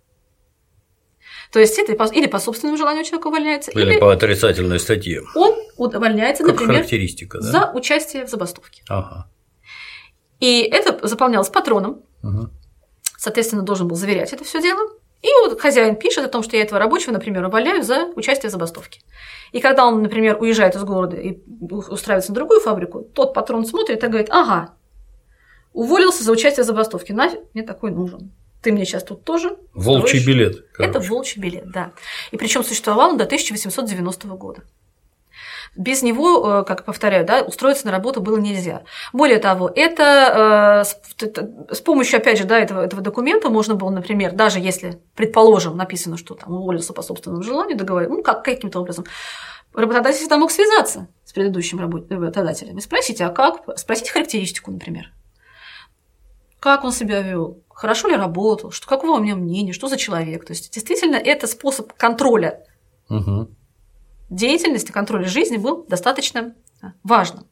[SPEAKER 2] То есть, это или по собственному желанию человек увольняется,
[SPEAKER 1] или по отрицательной статье.
[SPEAKER 2] Он увольняется,
[SPEAKER 1] как
[SPEAKER 2] например,
[SPEAKER 1] характеристика, да?
[SPEAKER 2] за участие в забастовке.
[SPEAKER 1] Ага.
[SPEAKER 2] И это заполнялось патроном. Соответственно, должен был заверять это все дело. И вот хозяин пишет о том, что я этого рабочего, например, увольняю за участие в забастовке. И когда он, например, уезжает из города и устраивается на другую фабрику, тот патрон смотрит и говорит: ага, уволился за участие в забастовке, нафиг мне такой нужен. Ты мне сейчас тут тоже
[SPEAKER 1] волчий
[SPEAKER 2] строишь.
[SPEAKER 1] Билет.
[SPEAKER 2] Это волчий билет, да. И причем существовал он до 1890 года. Без него, как повторяю, устроиться на работу было нельзя. Более того, это с помощью, опять же, этого документа можно было, например, даже если, предположим, написано, что там уволился по собственному желанию, договориться, каким-то образом, работодатель всегда мог связаться с предыдущим работодателем и спросить, а как? Спросить характеристику, например. Как он себя вел? Хорошо ли работал? Какого у меня мнения? Что за человек? То есть, действительно, это способ контроля деятельности, контроля жизни был достаточно важным.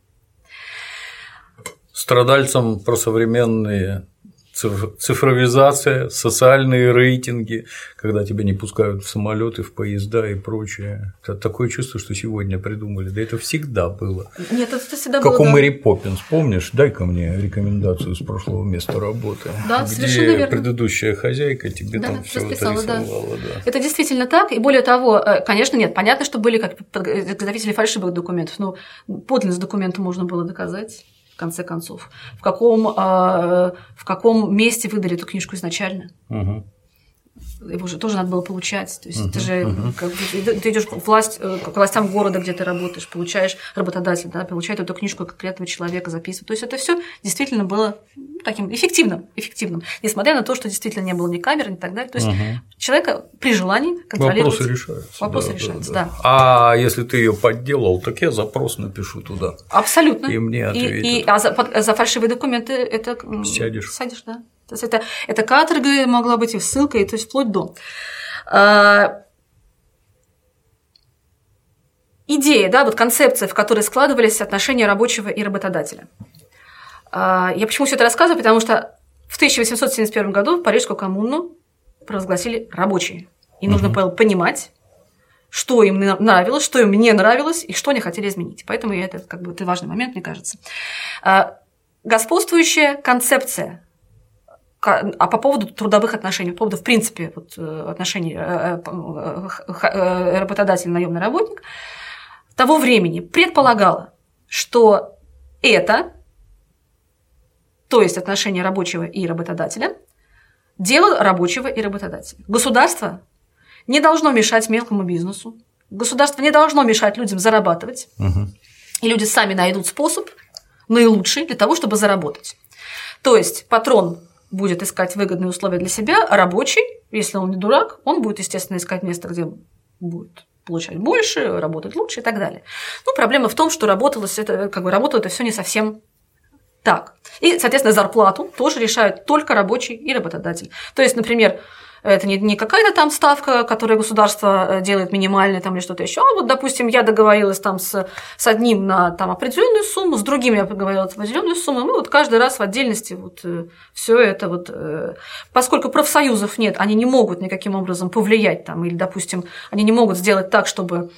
[SPEAKER 1] Страдальцам про современные цифровизация, социальные рейтинги, когда тебя не пускают в самолеты, в поезда и прочее. Это такое чувство, что сегодня придумали. Да это всегда было.
[SPEAKER 2] Нет, это всегда
[SPEAKER 1] как
[SPEAKER 2] было.
[SPEAKER 1] У Мэри Поппинс, помнишь? Дай-ка мне рекомендацию с прошлого места работы.
[SPEAKER 2] Да,
[SPEAKER 1] где
[SPEAKER 2] совершенно верно.
[SPEAKER 1] Предыдущая хозяйка тебе там все это рисовала. Да.
[SPEAKER 2] Это действительно так. И более того, конечно, нет, понятно, что были как изготовители фальшивых документов, но подлинность документа можно было доказать. В конце концов, в каком месте выдали эту книжку изначально. Его же тоже надо было получать. То есть это же ты идешь к властям города, где ты работаешь, получаешь работодатель, да, получает эту книжку конкретного человека, записывает. То есть это все действительно было таким эффективным, несмотря на то, что действительно не было ни камер, ни так далее. То есть человека при желании контролировать.
[SPEAKER 1] Вопросы решаются. Да. А если ты ее подделал, так я запрос напишу туда.
[SPEAKER 2] Абсолютно.
[SPEAKER 1] И мне ответят.
[SPEAKER 2] За фальшивые документы это сядешь, да. То есть это каторга могла быть и ссылка, и то есть вплоть до. Идея, да, вот концепция, в которой складывались отношения рабочего и работодателя. Я почему все это рассказываю? Потому что в 1871 году Парижскую коммуну провозгласили рабочие. И нужно было понимать, что им нравилось, что им не нравилось и что они хотели изменить. Поэтому это важный момент, мне кажется. Господствующая концепция по поводу трудовых отношений, по поводу, в принципе, отношений работодатель-наемный работник того времени предполагала, что это, то есть отношения рабочего и работодателя, дело рабочего и работодателя. Государство не должно мешать мелкому бизнесу, государство не должно мешать людям зарабатывать, и люди сами найдут способ наилучший для того, чтобы заработать. То есть патрон будет искать выгодные условия для себя, а рабочий, если он не дурак, он будет, естественно, искать место, где будет получать больше, работать лучше и так далее. Но проблема в том, что работало это все не совсем так. И, соответственно, зарплату тоже решают только рабочий и работодатель. То есть, например, это не какая-то там ставка, которую государство делает минимальной там, или что-то еще. Вот, допустим, я договорилась там с одним на там, определенную сумму, с другим я договорилась на определенную сумму. Мы каждый раз в отдельности все это поскольку профсоюзов нет, они не могут никаким образом повлиять там, или, допустим, они не могут сделать так, чтобы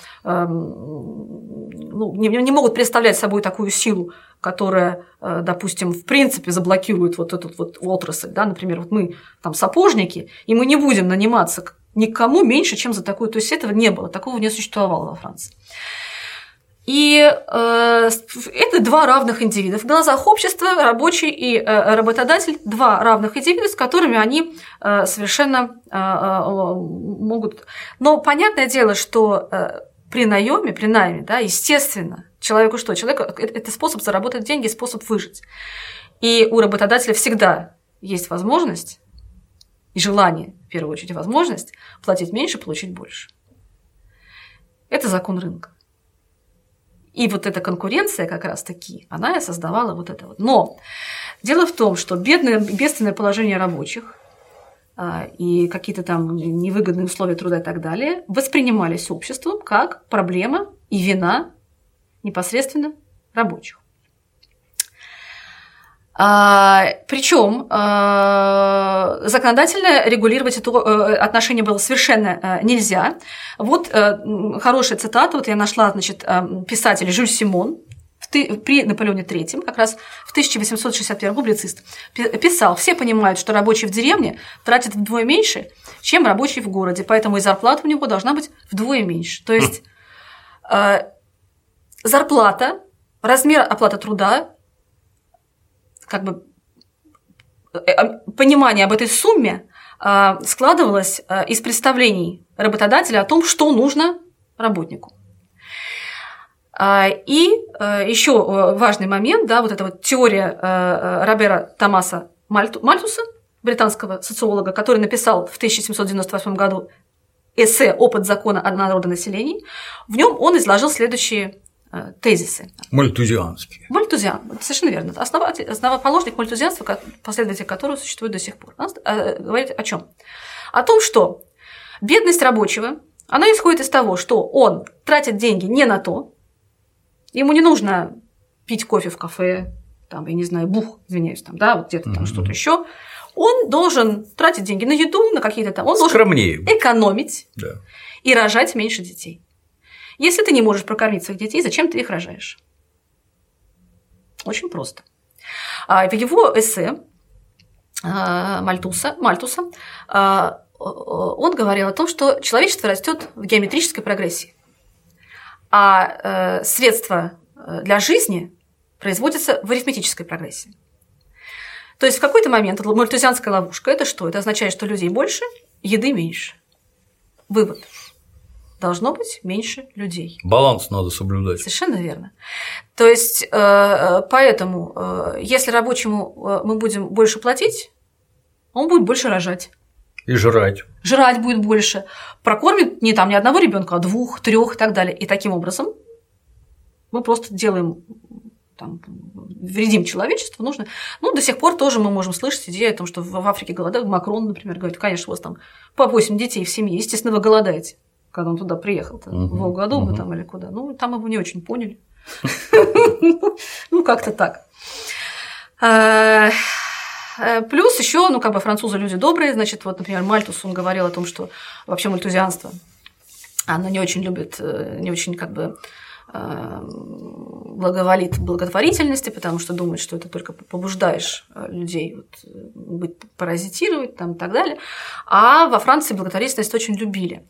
[SPEAKER 2] не могут представлять собой такую силу, которая, допустим, в принципе заблокирует эту отрасль. Да? Например, мы там сапожники, и мы не будем наниматься никому меньше, чем за такую. То есть этого не было, такого не существовало во Франции. И это два равных индивида. В глазах общества рабочий и работодатель – два равных индивида, с которыми они совершенно могут… Но понятное дело, что при найме, да, естественно, человеку что? Человеку – это способ заработать деньги, способ выжить. И у работодателя всегда есть возможность и желание, в первую очередь, возможность платить меньше, получить больше. Это закон рынка. И эта конкуренция как раз-таки, она и создавала это. Но дело в том, что бедственное положение рабочих и какие-то там невыгодные условия труда и так далее воспринимались обществом как проблема и вина непосредственно рабочих. Причем законодательно регулировать это отношение было совершенно нельзя. Хорошая цитата, я нашла, писатель Жюль Симон при Наполеоне III, как раз в 1861 публицист, писал: «Все понимают, что рабочий в деревне тратит вдвое меньше, чем рабочий в городе, поэтому и зарплата у него должна быть вдвое меньше». То есть зарплата, размер оплаты труда, понимание об этой сумме складывалось из представлений работодателя о том, что нужно работнику. И еще важный момент, да, эта теория Робера Томаса Мальтуса, британского социолога, который написал в 1798 году эссе «Опыт закона о народонаселении». В нем он изложил следующие тезисы.
[SPEAKER 1] Мальтузианские.
[SPEAKER 2] Совершенно верно. Основоположник мальтузианства, последователь которого существует до сих пор. Он говорит о чем? О том, что бедность рабочего, она исходит из того, что он тратит деньги не на то, ему не нужно пить кофе в кафе, там, я не знаю, вот где-то там что-то еще. Он должен тратить деньги на еду, на какие-то там. Он
[SPEAKER 1] скромнее.
[SPEAKER 2] Должен экономить и рожать меньше детей. Если ты не можешь прокормить своих детей, зачем ты их рожаешь? Очень просто. В его эссе Мальтуса он говорил о том, что человечество растет в геометрической прогрессии, а средства для жизни производятся в арифметической прогрессии. То есть в какой-то момент мальтузианская ловушка – это что? Это означает, что людей больше, еды меньше. Вывод. Должно быть меньше людей.
[SPEAKER 1] Баланс надо соблюдать.
[SPEAKER 2] Совершенно верно. То есть, поэтому, если рабочему мы будем больше платить, он будет больше рожать.
[SPEAKER 1] И жрать.
[SPEAKER 2] Жрать будет больше. Прокормит не одного ребенка, а 2, 3 и так далее. И таким образом мы просто делаем, вредим человечеству. Нужно. До сих пор тоже мы можем слышать идею о том, что в Африке голодают. Макрон, например, говорит, конечно, у вас там по 8 детей в семье, естественно, вы голодаете. Когда он туда приехал, в Волгодому там или куда. Там его не очень поняли. Как-то так. Плюс еще, французы люди добрые. Значит, вот, например, Мальтус, он говорил о том, что вообще мальтузианство, оно не очень любит, не очень благоволит благотворительности, потому что думает, что это только побуждаешь людей паразитировать и так далее. А во Франции благотворительность очень любили.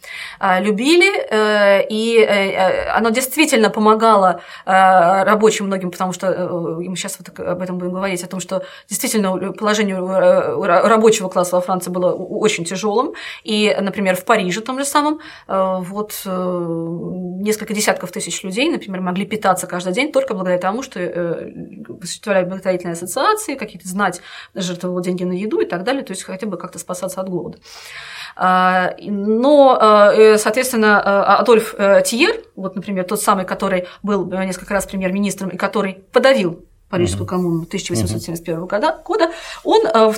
[SPEAKER 2] И оно действительно помогало рабочим многим, потому что мы сейчас об этом будем говорить, о том, что действительно положение рабочего класса во Франции было очень тяжелым. И, например, в Париже том же самом несколько десятков тысяч людей, например, могли питаться каждый день только благодаря тому, что существовали благотворительные ассоциации, какие-то знать, жертвовал деньги на еду и так далее, то есть хотя бы как-то спасаться от голода. Но, соответственно, Адольф Тьер, например, тот самый, который был несколько раз премьер-министром и который подавил Парижскую коммуну 1871 года, он в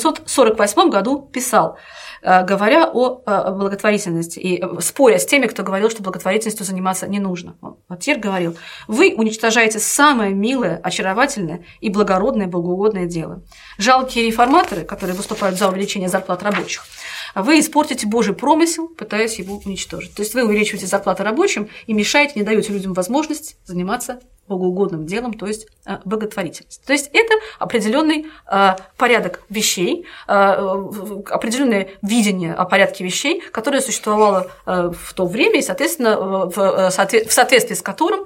[SPEAKER 2] 1848 году писал, говоря о благотворительности и споря с теми, кто говорил, что благотворительностью заниматься не нужно. Тьер говорил: вы уничтожаете самое милое, очаровательное и благородное, богоугодное дело. Жалкие реформаторы, которые выступают за увеличение зарплат рабочих, вы испортите Божий промысел, пытаясь его уничтожить. То есть вы увеличиваете зарплаты рабочим и мешаете, не даете людям возможность заниматься богоугодным делом, то есть благотворительность. То есть это определенный порядок вещей, определенное видение о порядке вещей, которое существовало в то время и, соответственно, в соответствии с которым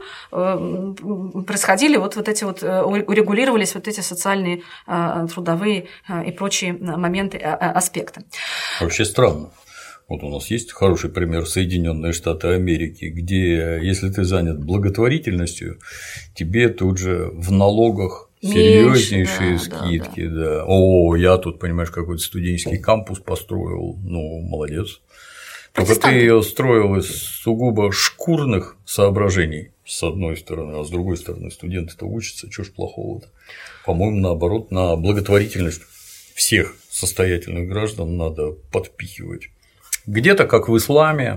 [SPEAKER 2] происходили урегулировались эти социальные, трудовые и прочие моменты, аспекты.
[SPEAKER 1] Вообще странно. Вот у нас есть хороший пример Соединенные Штаты Америки, где, если ты занят благотворительностью, тебе тут же в налогах серьезнейшие скидки. Да. О, я тут, понимаешь, какой-то студенческий кампус построил. Молодец. Только ты ее строил из сугубо шкурных соображений, с одной стороны, а с другой стороны, студенты-то учатся, чего ж плохого-то. По-моему, наоборот, на благотворительность всех состоятельных граждан надо подпихивать. Где-то, как в исламе,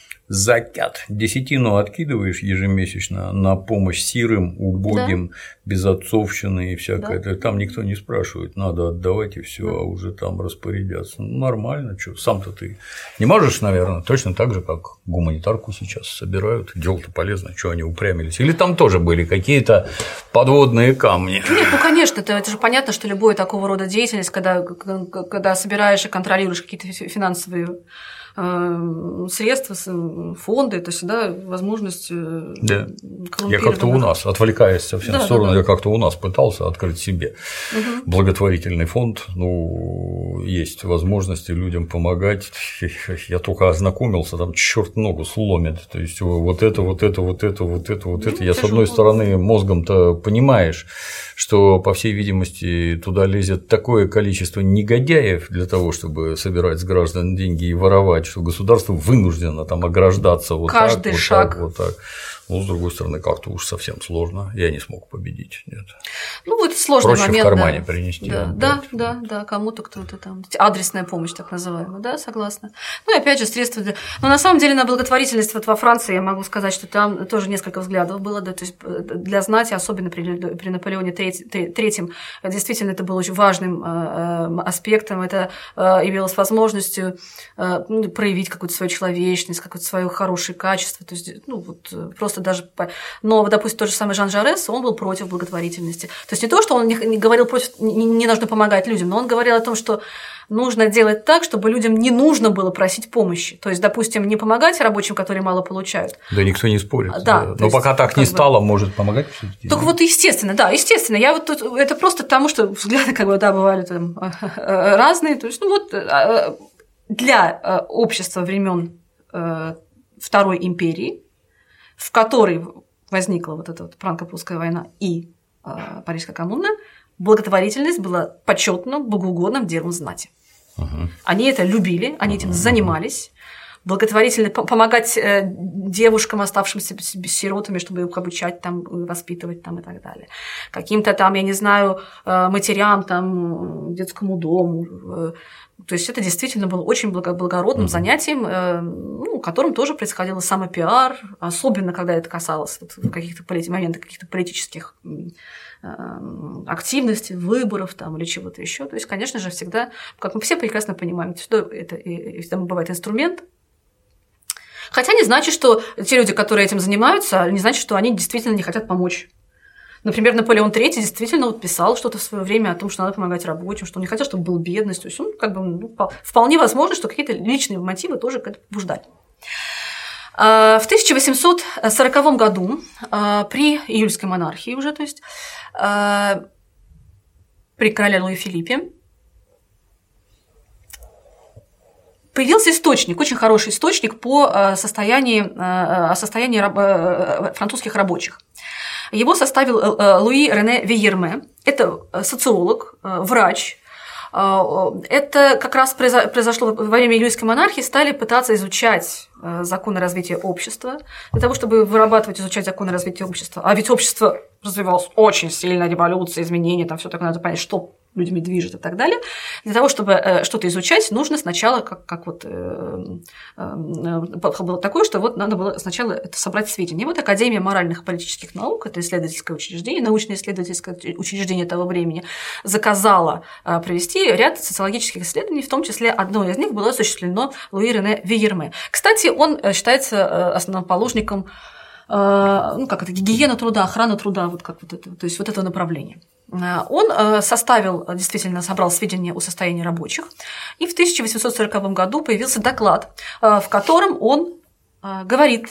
[SPEAKER 1] закят, десятину откидываешь ежемесячно на помощь сирым, убогим, безотцовщины и всякое. Да. Там никто не спрашивает, надо отдавать и все, а уже там распорядятся. Нормально, что, сам-то ты не можешь, наверное, точно так же, как гуманитарку сейчас собирают. Дело-то полезно, что они упрямились. Или там тоже были какие-то подводные камни?
[SPEAKER 2] Нет, конечно, это же понятно, что любая такого рода деятельность, когда собираешь и контролируешь какие-то финансовые средства, фонды, это всегда возможность коррумпировать.
[SPEAKER 1] Я как-то у нас, отвлекаясь совсем в сторону, я как-то у нас пытался открыть себе благотворительный фонд, есть возможности людям помогать, я только ознакомился, там чёрт ногу сломит, то есть вот это, я с одной стороны мозгом-то понимаешь, что, по всей видимости, туда лезет такое количество негодяев для того, чтобы собирать с граждан деньги и воровать, что государство вынуждено там ограждаться вот
[SPEAKER 2] каждый
[SPEAKER 1] так,
[SPEAKER 2] шаг.
[SPEAKER 1] Вот так. Но, с другой стороны, как-то уж совсем сложно. Я не смог победить. Нет.
[SPEAKER 2] Ну, это сложный
[SPEAKER 1] проще
[SPEAKER 2] момент.
[SPEAKER 1] В кармане принести.
[SPEAKER 2] Да, кому-то кто-то там. Адресная помощь, так называемая, да, согласна. Ну, и опять же, средства для. Но на самом деле на благотворительность вот во Франции я могу сказать, что там тоже несколько взглядов было, да, то есть для знати, особенно при Наполеоне III, действительно это было очень важным аспектом. Это явилось возможностью проявить какую-то свою человечность, какое-то свое хорошее качество. То есть, ну, вот просто даже. Но, допустим, тот же самый Жан Жарес, он был против благотворительности. То есть не то, что он не говорил против, не нужно помогать людям, но он говорил о том, что нужно делать так, чтобы людям не нужно было просить помощи. То есть, допустим, не помогать рабочим, которые мало получают.
[SPEAKER 1] Да, никто не спорит.
[SPEAKER 2] Да.
[SPEAKER 1] Но пока так не стало, может помогать все-таки.
[SPEAKER 2] Только вот естественно, да, естественно. Я вот тут это просто потому, что взгляды, как бы, да, бывали там разные. То есть, ну вот для общества времен Второй империи, в которой возникла вот эта вот франко-прусская война и Парижская коммуна, благотворительность была почетным, богоугодным делом знати. Они это любили, они этим занимались. Благотворительно помогать девушкам, оставшимся сиротами, чтобы их обучать, там, воспитывать там, и так далее. Каким-то там, я не знаю, матерям, там, детскому дому. То есть это действительно было очень благородным занятием, ну, которым тоже происходил самопиар, особенно когда это касалось вот, каких-то моментов, каких-то политических активностей, выборов там, или чего-то еще. То есть, конечно же, всегда, как мы все прекрасно понимаем, что это всегда бывает инструмент. Хотя не значит, что те люди, которые этим занимаются, не значит, что они действительно не хотят помочь. Например, Наполеон III действительно вот писал что-то в свое время о том, что надо помогать рабочим, что он не хотел, чтобы был бедность. То есть он как бы вполне возможно, что какие-то личные мотивы тоже к этому побуждали. В 1840 году при июльской монархии уже, то есть при короле Луи Филиппе, появился источник, очень хороший источник по состоянию французских рабочих. Его составил Луи Рене Виерме. Это социолог, врач. Это как раз произошло во время июльской монархии, стали пытаться изучать законы развития общества, для того, чтобы вырабатывать, изучать законы развития общества. А ведь общество развивалось очень сильно, революция, изменения, там все такое, надо понять, что людьми движет и так далее. Для того, чтобы что-то изучать, нужно сначала, как вот было такое, что вот надо было сначала это собрать сведения. И вот Академия моральных и политических наук, это исследовательское учреждение, научно-исследовательское учреждение того времени, заказала провести ряд социологических исследований, в том числе одно из них было осуществлено Луи Рене Виерме. Кстати, он считается основоположником гигиена труда, охрана труда, вот как вот это, то есть вот этого направления. Он действительно собрал сведения о состоянии рабочих, и в 1840 году появился доклад, в котором он говорит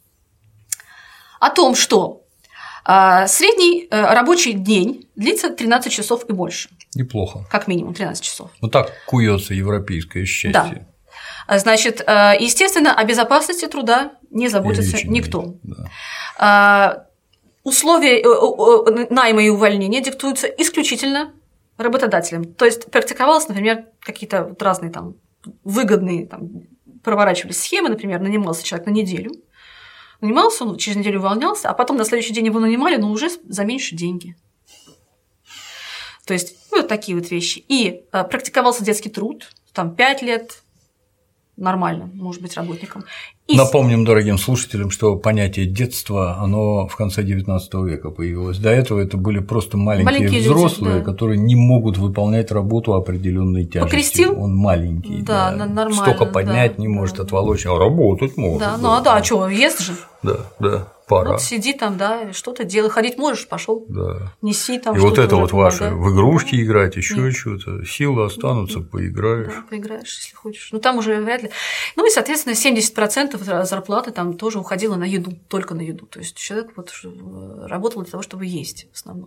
[SPEAKER 2] о том, что средний рабочий день длится 13 часов и больше.
[SPEAKER 1] Неплохо.
[SPEAKER 2] Как минимум 13 часов.
[SPEAKER 1] Вот так куется европейское счастье.
[SPEAKER 2] Да. Значит, естественно, о безопасности труда не заботится никто. Да. Условия найма и увольнения диктуются исключительно работодателем. То есть практиковалось, например, какие-то вот разные там выгодные там, проворачивались схемы, например, нанимался человек на неделю, нанимался, он через неделю увольнялся, а потом на следующий день его нанимали, но уже за меньшие деньги. То есть вот такие вот вещи. И практиковался детский труд, там 5 лет, нормально, может быть, работником.
[SPEAKER 1] Напомним дорогим слушателям, что понятие детства, оно в конце XIX века появилось. До этого это были просто маленькие взрослые, люди, да, которые не могут выполнять работу определенной тяжестью.
[SPEAKER 2] Покрестил?
[SPEAKER 1] Он маленький,
[SPEAKER 2] да, нормально.
[SPEAKER 1] Столько поднять не может, отволочь, а работать может.
[SPEAKER 2] Да, ну а что, ест же?
[SPEAKER 1] Да, пора.
[SPEAKER 2] Вот сиди там, да, что-то делай, ходить можешь, пошел.
[SPEAKER 1] Да.
[SPEAKER 2] Неси там.
[SPEAKER 1] И вот это вот ваше в игрушки играть, еще что-то, силы останутся, поиграешь.
[SPEAKER 2] Да, поиграешь, если хочешь. Ну там уже вряд ли. Ну и, соответственно, 70% зарплаты там тоже уходило на еду, только на еду. То есть человек вот работал для того, чтобы есть в основном.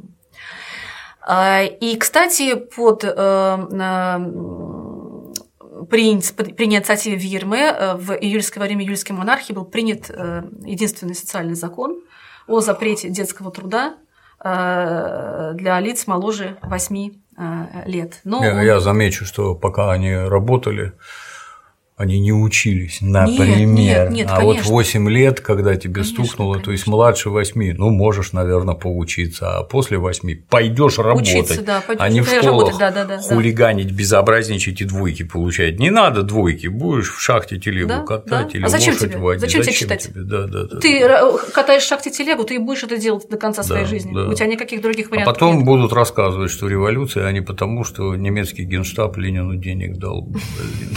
[SPEAKER 2] И, кстати, при инициативе Виерме во время июльской монархии был принят единственный социальный закон о запрете детского труда для лиц моложе 8 лет. Но
[SPEAKER 1] я замечу, что пока они работали, Они не учились, например.
[SPEAKER 2] Нет,
[SPEAKER 1] а
[SPEAKER 2] конечно.
[SPEAKER 1] вот 8 лет, когда тебе
[SPEAKER 2] Конечно,
[SPEAKER 1] стукнуло,
[SPEAKER 2] конечно.
[SPEAKER 1] то есть младше 8, ну, можешь, наверное, поучиться, а после 8 пойдешь работать,
[SPEAKER 2] Учиться, да,
[SPEAKER 1] а не в школах
[SPEAKER 2] работать,
[SPEAKER 1] хулиганить, безобразничать и двойки получать. Не надо двойки, будешь в шахте телегу катать или лошадь водить.
[SPEAKER 2] Зачем тебе читать?
[SPEAKER 1] Тебе? Да.
[SPEAKER 2] Ты катаешь в шахте телегу, ты будешь это делать до конца своей жизни. У тебя никаких других вариантов
[SPEAKER 1] А потом
[SPEAKER 2] нет.
[SPEAKER 1] будут рассказывать, что революция, а не потому, что немецкий генштаб Ленину денег дал. Блин.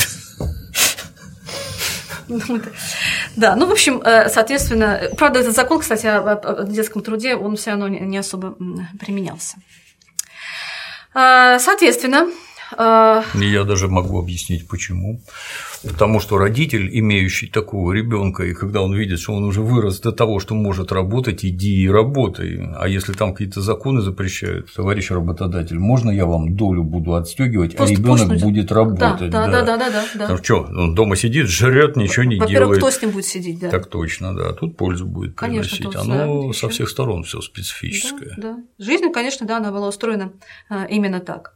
[SPEAKER 2] Да, ну, в общем, соответственно, правда, этот закон, кстати, о детском труде, он все равно не особо применялся. Соответственно…
[SPEAKER 1] Я даже могу объяснить, почему. Потому что родитель, имеющий такого ребенка, и когда он видит, что он уже вырос до того, что может работать, иди и работай. А если там какие-то законы запрещают, товарищ работодатель, можно я вам долю буду отстегивать, а ребенок будет работать?
[SPEAKER 2] Да.
[SPEAKER 1] Ну что, он дома сидит, жрет, ничего не делает.
[SPEAKER 2] Во-первых, кто с ним будет сидеть, да?
[SPEAKER 1] Так точно, да. Тут пользу будет приносить. Оно со всех сторон все специфическое.
[SPEAKER 2] Да. Жизнь, конечно, да, она была устроена именно так.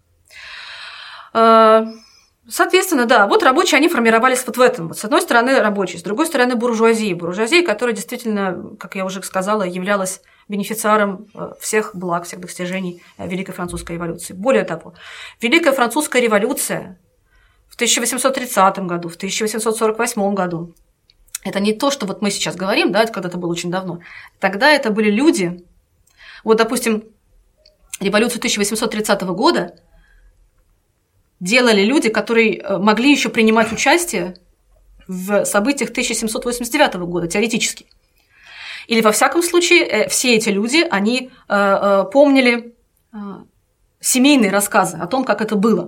[SPEAKER 2] Соответственно, да, вот рабочие, они формировались вот в этом. С одной стороны рабочие, с другой стороны буржуазия. Буржуазия, которая действительно, как я уже сказала, являлась бенефициаром всех благ, всех достижений Великой Французской революции. Более того, Великая Французская революция в 1830 году, в 1848 году, это не то, что вот мы сейчас говорим, да, это когда-то было очень давно. Тогда это были люди, вот, допустим, революцию 1830 года делали люди, которые могли еще принимать участие в событиях 1789 года, теоретически. Или, во всяком случае, все эти люди, они помнили семейные рассказы о том, как это было.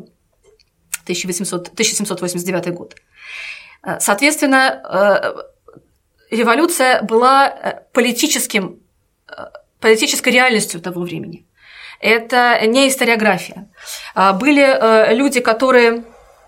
[SPEAKER 2] 1789 год. Соответственно, революция была политической реальностью того времени. Это не историография. Были люди, которые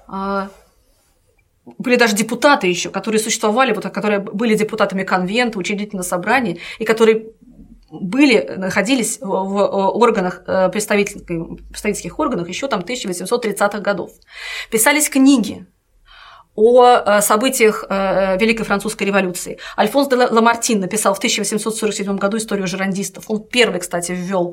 [SPEAKER 2] были даже депутаты еще, которые существовали, вот, которые были депутатами конвента, учредительного собрания, и которые находились в органах, представительских органах еще там 1830-х годов. Писались книги о событиях Великой Французской революции. Альфонс де Ламартин написал в 1847 году историю жерандистов. Он первый, кстати, ввел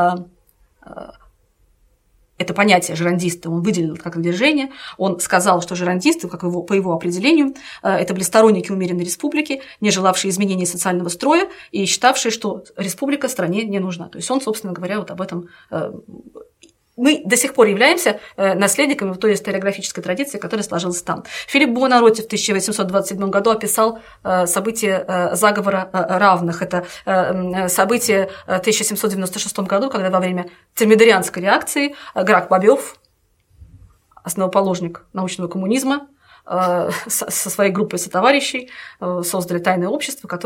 [SPEAKER 2] это понятие жерандиста, он выделил как движение, он сказал, что жерандисты, по его определению, это были сторонники умеренной республики, не желавшие изменения социального строя и считавшие, что республика стране не нужна. То есть он, собственно говоря, вот об этом… Мы до сих пор являемся наследниками той историографической традиции, которая сложилась там. Филипп Буонаротти в 1827 году описал события заговора равных. Это событие в 1796 году, когда во время термидорианской реакции Грак Бобёв, основоположник научного коммунизма, со своей группой сотоварищей создали тайное общество, с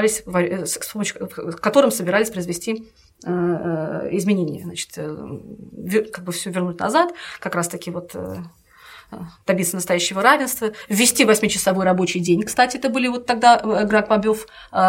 [SPEAKER 2] которым собирались произвести изменения, значит, как бы все вернуть назад, как раз-таки вот добиться настоящего равенства, ввести 8-часовой рабочий день. Кстати, это были вот тогда Грак Бобёв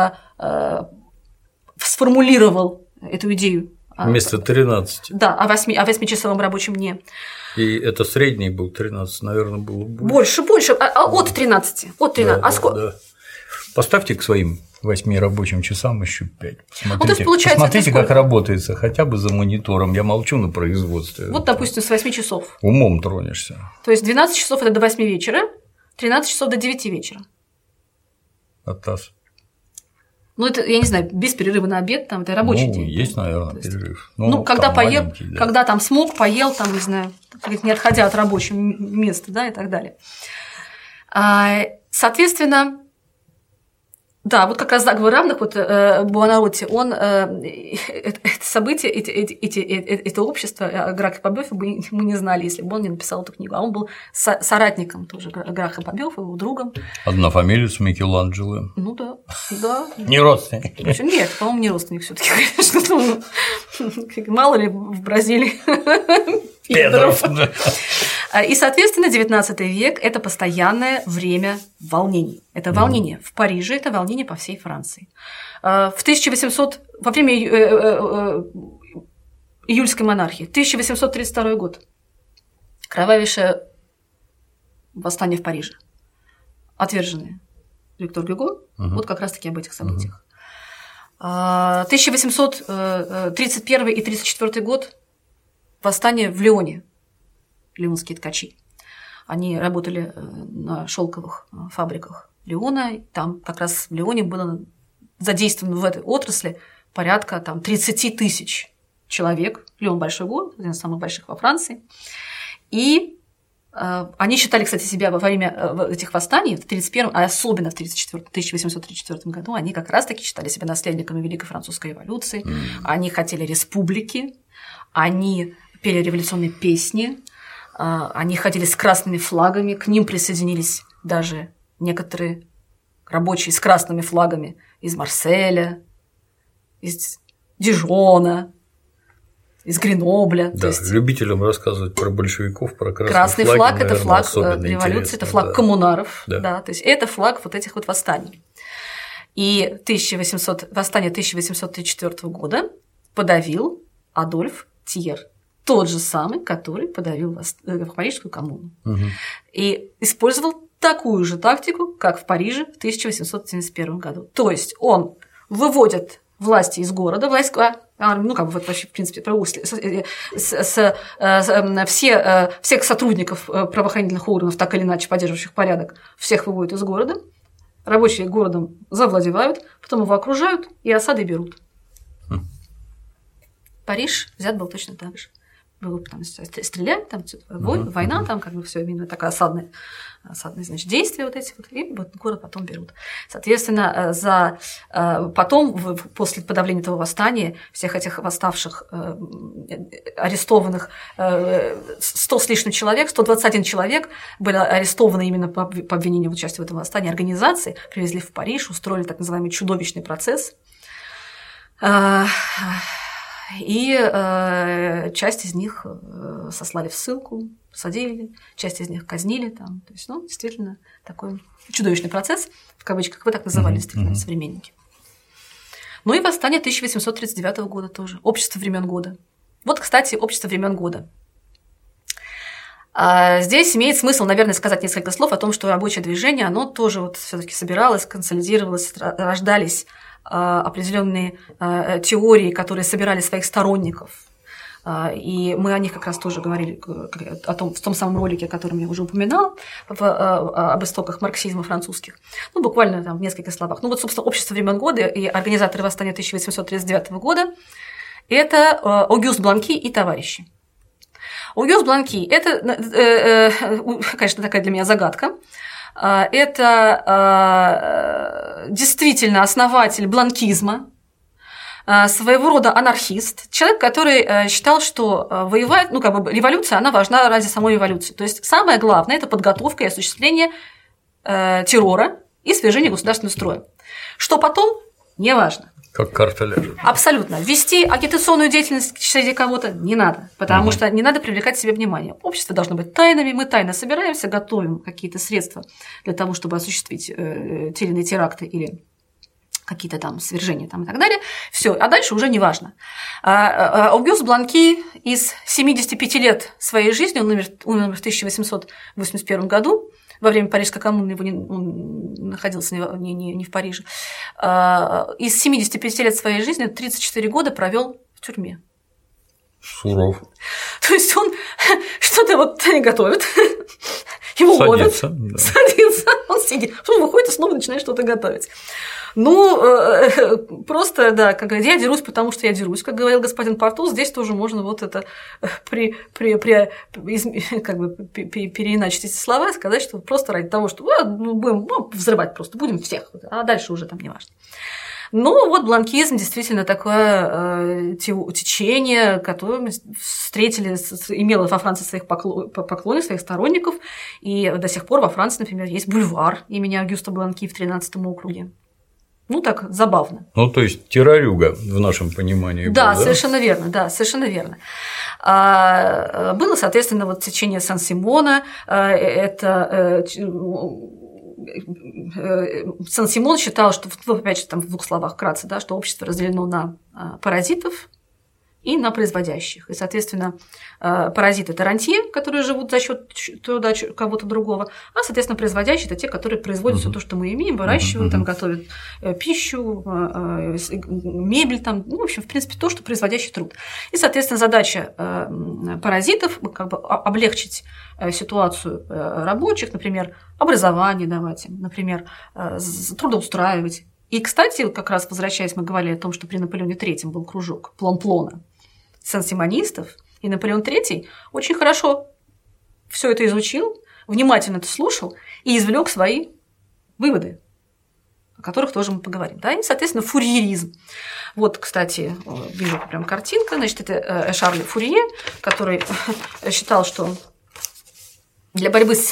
[SPEAKER 2] сформулировал эту идею.
[SPEAKER 1] Вместо 13.
[SPEAKER 2] Да, о 8-часовом рабочем дне.
[SPEAKER 1] И это средний был, 13, наверное, было больше.
[SPEAKER 2] Больше, от 13. От 13.
[SPEAKER 1] Да. Поставьте к своим 8 рабочим часам еще 5. Посмотрите,
[SPEAKER 2] посмотрите
[SPEAKER 1] как работается, хотя бы за монитором. Я молчу на производстве.
[SPEAKER 2] Вот, допустим, с 8 часов.
[SPEAKER 1] Умом тронешься.
[SPEAKER 2] То есть 12 часов – это до 8 вечера, 13 часов до 9 вечера.
[SPEAKER 1] Оттас.
[SPEAKER 2] Ну, это, я не знаю, без перерыва на обед, там, это рабочий день.
[SPEAKER 1] Есть, наверное, перерыв.
[SPEAKER 2] Когда поел, да. Когда там смог, поел, там, не знаю, не отходя от рабочего места, да, и так далее. Соответственно, да, вот как раз заговор равных, вот Буонаротти, он это событие, это общество Грака Бобёва мы не знали, если бы он не написал эту книгу. А он был соратником тоже Грака Бобёва, его другом.
[SPEAKER 1] Однофамилец Микеланджело.
[SPEAKER 2] Ну да.
[SPEAKER 1] Не родственник.
[SPEAKER 2] Нет, по-моему, не родственник все-таки, конечно. Мало ли в Бразилии Педров. И, соответственно, 19 век – это постоянное время волнений. Это волнение в Париже, это волнение по всей Франции. Во время июльской монархии, 1832 год, кровавейшее восстание в Париже. отверженные Виктор Гюго, вот как раз-таки об этих событиях. 1831 и 1834 год – восстание в Лионе, лионские ткачи. Они работали на шелковых фабриках Лиона, там как раз в Лионе было задействовано в этой отрасли порядка 30 тысяч человек. Лион – большой город, один из самых больших во Франции. И они считали, кстати, себя во время этих восстаний в 1931, а особенно в 1834 году, они как раз-таки считали себя наследниками Великой Французской революции. Они хотели республики, они пели революционные песни, они ходили с красными флагами, к ним присоединились даже некоторые рабочие с красными флагами из Марселя, из Дижона, из Гренобля.
[SPEAKER 1] Да, есть... любителям рассказывать про большевиков, про
[SPEAKER 2] красный флаг, наверное, это флаг революции, это флаг коммунаров, да, то есть это флаг вот этих вот восстаний. И восстание 1834 года подавил Адольф Тьер, тот же самый, который подавил Парижскую коммуну. И использовал такую же тактику, как в Париже в 1871 году. То есть он выводит власти из города, вообще, в принципе, всех сотрудников правоохранительных органов, так или иначе поддерживающих порядок, всех выводят из города, рабочие городом завладевают, потом его окружают и осадой берут. Париж взят был точно так же. Было там стрелять, там война, там как бы все именно такое осадное, значит, действия вот эти вот, и город потом берут. Соответственно, потом, после подавления этого восстания, всех этих восставших, арестованных 100 с лишним человек, 121 человек были арестованы именно по обвинению в участии в этом восстании организации, привезли в Париж, устроили так называемый чудовищный процесс. И часть из них сослали в ссылку, посадили, часть из них казнили там. То есть, действительно, такой чудовищный процесс, в кавычках, вы так называли, действительно, современники. Ну и восстание 1839 года тоже, общество времен года. Вот, кстати, общество времен года. Здесь имеет смысл, наверное, сказать несколько слов о том, что рабочее движение, оно тоже вот всё-таки собиралось, консолидировалось, рождались определенные теории, которые собирали своих сторонников. И мы о них как раз тоже говорили в том самом ролике, о котором я уже упоминала, об истоках марксизма французских. Буквально там в нескольких словах. Вот, собственно, общество времен года и организаторы восстания 1839 года – это Огюст Бланки и товарищи. Огюст Бланки – это, конечно, такая для меня загадка. Это действительно основатель бланкизма, своего рода анархист, человек, который считал, что воевать, революция, она важна ради самой революции. То есть самое главное – это подготовка и осуществление террора и свержение государственного строя. Что потом – неважно.
[SPEAKER 1] Как карта ляжет.
[SPEAKER 2] Абсолютно. Вести агитационную деятельность среди кого-то не надо, потому что не надо привлекать к себе внимание. Общество должно быть тайными, мы тайно собираемся, готовим какие-то средства для того, чтобы осуществить те или иные теракты или какие-то там свержения там, и так далее. Все, а дальше уже не важно. Огюст Бланки из 75 лет своей жизни, он умер в 1881 году, во время Парижской коммуны он находился не в Париже, из 75 лет своей жизни 34 года провел в тюрьме.
[SPEAKER 1] Суров.
[SPEAKER 2] То есть он что-то вот готовит, его ловят, садится, он сидит, потом выходит и снова начинает что-то готовить. Просто, да, как говорят, я дерусь, потому что я дерусь, как говорил господин Портос, здесь тоже можно вот это переиначить эти слова и сказать, что просто ради того, что будем взрывать просто, будем всех, а дальше уже там не важно. Но вот бланкизм действительно такое течение, которое имело во Франции своих поклонников, своих сторонников, и до сих пор во Франции, например, есть бульвар имени Огюста Бланки в 13-м округе. Так забавно.
[SPEAKER 1] То есть террорюга в нашем понимании.
[SPEAKER 2] Да, был, да? Совершенно верно. Было, соответственно, вот течение Сан-Симона, это Сан-Симон считал, что, опять же, там в двух словах вкратце, да, что общество разделено на паразитов и на производящих. И, соответственно, паразиты – это рантье, которые живут за счет труда кого-то другого, а, соответственно, производящие – это те, которые производят все то, что мы имеем, выращивают, там, готовят пищу, мебель, там, ну, в общем, в принципе, то, что производящий труд. И, соответственно, задача паразитов – как бы облегчить ситуацию рабочих, например, образование давать им, например, трудоустраивать. И, кстати, как раз возвращаясь, мы говорили о том, что при Наполеоне III был кружок Плон-Плона сен-симонистов, и Наполеон III очень хорошо все это изучил, внимательно это слушал и извлек свои выводы, о которых тоже мы поговорим. Да? И, соответственно, фурьеризм. Вот, кстати, вижу прям картинка, значит, это Шарль Фурье, который считал, что для борьбы с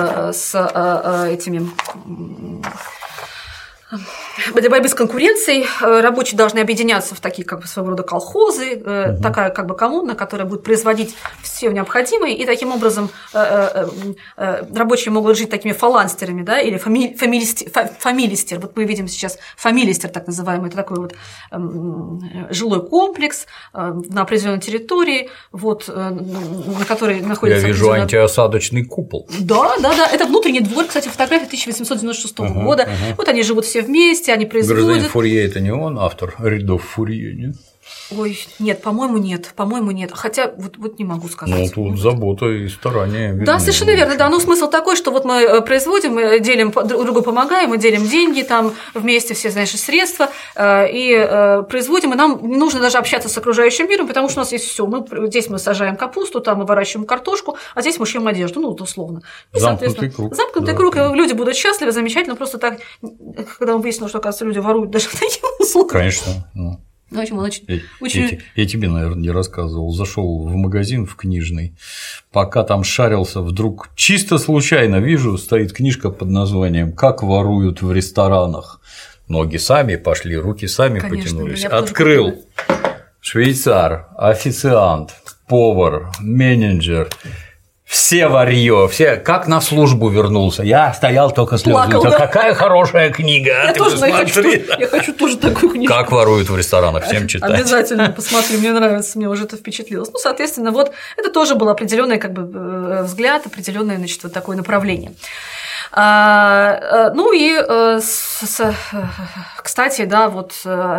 [SPEAKER 2] конкуренцией рабочие должны объединяться в такие, как бы, своего рода колхозы, такая, как бы, коммуна, которая будет производить все необходимое, и таким образом рабочие могут жить такими фаланстерами, да, или фамилистер. Вот мы видим сейчас фамилистер, так называемый, это такой вот жилой комплекс на определенной территории, вот, на которой находится…
[SPEAKER 1] Я вижу антиосадочный купол.
[SPEAKER 2] Да, это внутренний двор, кстати, фотография 1896 года. Вот они живут все вместе, они производят…
[SPEAKER 1] Гражданин Фурье – это не он автор рядов Фурье, нет?
[SPEAKER 2] Ой, нет, по-моему, нет. Хотя вот не могу сказать.
[SPEAKER 1] Ну, тут забота и старания.
[SPEAKER 2] Да, совершенно верно, да. Ну, смысл такой, что вот мы производим, мы делим, друг другу помогаем, мы делим деньги там вместе, все, знаешь, средства, и производим, и нам не нужно даже общаться с окружающим миром, потому что у нас есть все. Здесь мы сажаем капусту, там мы выращиваем картошку, а здесь мы шьем одежду, ну, условно. И,
[SPEAKER 1] замкнутый круг.
[SPEAKER 2] Замкнутый круг, и люди будут счастливы, замечательно, просто так, когда мы выяснили, что, оказывается, люди воруют даже в таких условиях.
[SPEAKER 1] Конечно,
[SPEAKER 2] Ну, в общем, он
[SPEAKER 1] Я тебе, наверное, не рассказывал. Зашел в магазин в книжный, пока там шарился, вдруг чисто случайно вижу, стоит книжка под названием «Как воруют в ресторанах». Ноги сами пошли, руки сами потянулись. Открыл. Швейцар, официант, повар, менеджер. Все варьё, все, как на службу вернулся. Я стоял только слезы. Да? Какая хорошая книга.
[SPEAKER 2] Я хочу тоже такую книгу.
[SPEAKER 1] Как воруют в ресторанах, всем читать.
[SPEAKER 2] Обязательно посмотрю, мне нравится, мне уже это впечатлилось. Ну, соответственно, вот это тоже был определенный, как бы, взгляд, определенное, значит, вот такое направление. Ну и, кстати, да, вот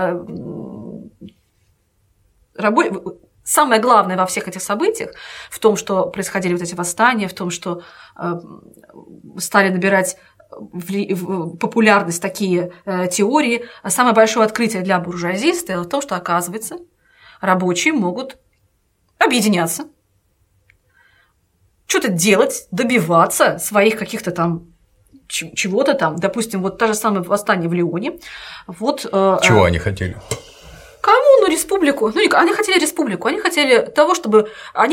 [SPEAKER 2] самое главное во всех этих событиях, в том, что происходили вот эти восстания, в том, что стали набирать популярность такие теории, самое большое открытие для буржуазии стояло в том, что, оказывается, рабочие могут объединяться, что-то делать, добиваться своих каких-то там чего-то там, допустим, вот та же самое восстание в Лионе. Вот,
[SPEAKER 1] чего они хотели?
[SPEAKER 2] Коммуну, республику. Ну, они хотели республику, они хотели того, чтобы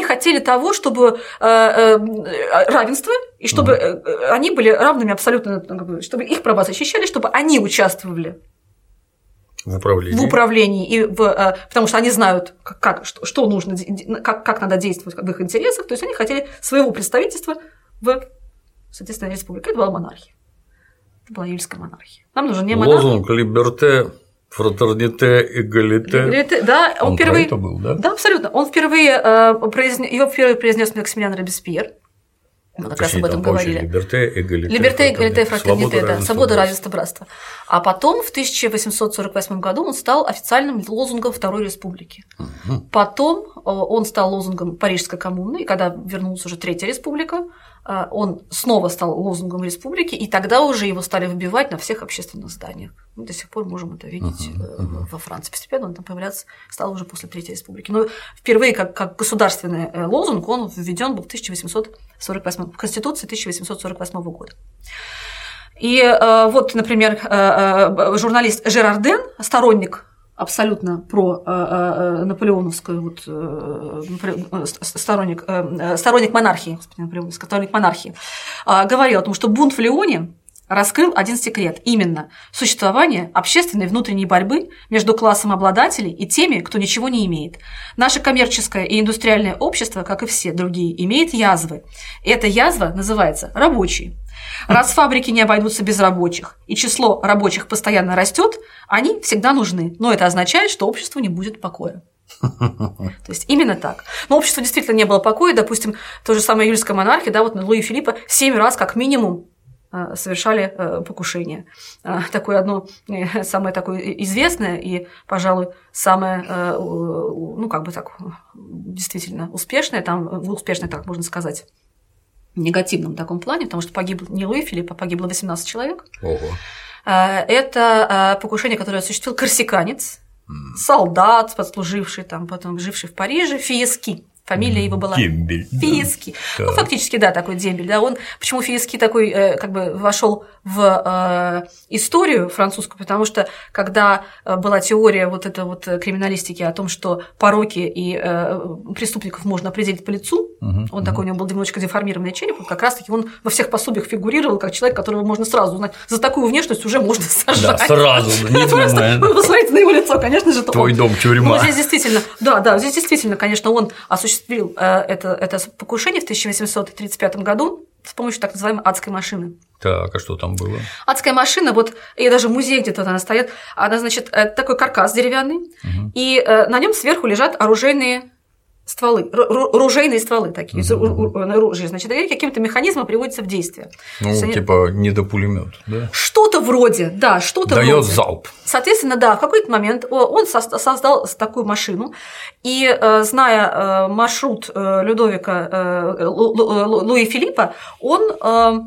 [SPEAKER 2] равенство, и чтобы они были равными абсолютно, чтобы их права защищали, чтобы они участвовали в управлении, и потому что они знают, что нужно, как надо действовать в их интересах, то есть они хотели своего представительства в, соответственно, республике. Это была монархия. Это была июльская монархия. Нам нужен не монархия.
[SPEAKER 1] Лозунг «Либерте», «Фратерните», «Эгалите».
[SPEAKER 2] Да, он впервые…
[SPEAKER 1] это был, да?
[SPEAKER 2] Да, абсолютно. Он впервые произнес Максимилиан Робеспьер. Мы как раз об этом говорили.
[SPEAKER 1] «Либерте», «Эгалите».
[SPEAKER 2] «Либерте», «Эгалите», «Фратерните», да, свобода, равенство, братство. А потом, в 1848 году, он стал официальным лозунгом Второй Республики. Потом он стал лозунгом Парижской коммуны, и когда вернулась уже Третья Республика, он снова стал лозунгом республики, и тогда уже его стали выбивать на всех общественных зданиях. Мы до сих пор можем это видеть во Франции. Постепенно он там появляться стал уже после Третьей Республики. Но впервые как государственный лозунг он введен был в 1848 в Конституции 1848 года. И вот, например, журналист Жерарден, сторонник абсолютно про наполеоновскую сторонник монархии, говорил о том, что бунт в Лионе раскрыл один секрет, именно существование общественной внутренней борьбы между классом обладателей и теми, кто ничего не имеет. Наше коммерческое и индустриальное общество, как и все другие, имеет язвы. Эта язва называется рабочие. Раз фабрики не обойдутся без рабочих, и число рабочих постоянно растет, они всегда нужны, но это означает, что обществу не будет покоя. То есть именно так. Но обществу действительно не было покоя. Допустим, то же самое июльская монархия, да, вот Луи Филиппа 7 раз как минимум совершали покушение. Такое одно, самое такое известное и, пожалуй, самое, ну, как бы так, действительно успешное, там, успешное, так можно сказать, в негативном таком плане, потому что погиб не Луи Филипп, а погибло 18 человек.
[SPEAKER 1] Ого.
[SPEAKER 2] Это покушение, которое осуществил корсиканец, солдат, подслуживший там, потом живший в Париже, Фиески. Фамилия его была
[SPEAKER 1] Дембель.
[SPEAKER 2] Фиески.
[SPEAKER 1] Да.
[SPEAKER 2] Ну, фактически, да, такой дембель. Да. Он, почему Фиески такой, как бы, вошел в историю французскую, потому что когда была теория вот этой вот криминалистики о том, что пороки и преступников можно определить по лицу, он такой, у него был немножечко деформированный череп, вот как раз-таки он во всех пособиях фигурировал как человек, которого можно сразу узнать. За такую внешность уже можно сажать.
[SPEAKER 1] Да, сразу, не думая.
[SPEAKER 2] Вы посмотрите на его лицо, конечно же.
[SPEAKER 1] Твой дом, тюрьма.
[SPEAKER 2] Ну, здесь действительно, да, здесь действительно, конечно, он осуществил это покушение в 1835 году с помощью так называемой адской машины.
[SPEAKER 1] Так, а что там было?
[SPEAKER 2] Адская машина, вот, и даже в музее где-то она стоит, она, значит, такой каркас деревянный, и на нем сверху лежат оружейные стволы, ружейные стволы такие, оружие, значит, и каким-то механизмом приводится в действие.
[SPEAKER 1] Ну, типа недопулемет, да?
[SPEAKER 2] Что-то вроде, да, что-то вроде.
[SPEAKER 1] Даёт залп.
[SPEAKER 2] Соответственно, да, в какой-то момент он создал такую машину, и, зная маршрут Луи Филиппа, он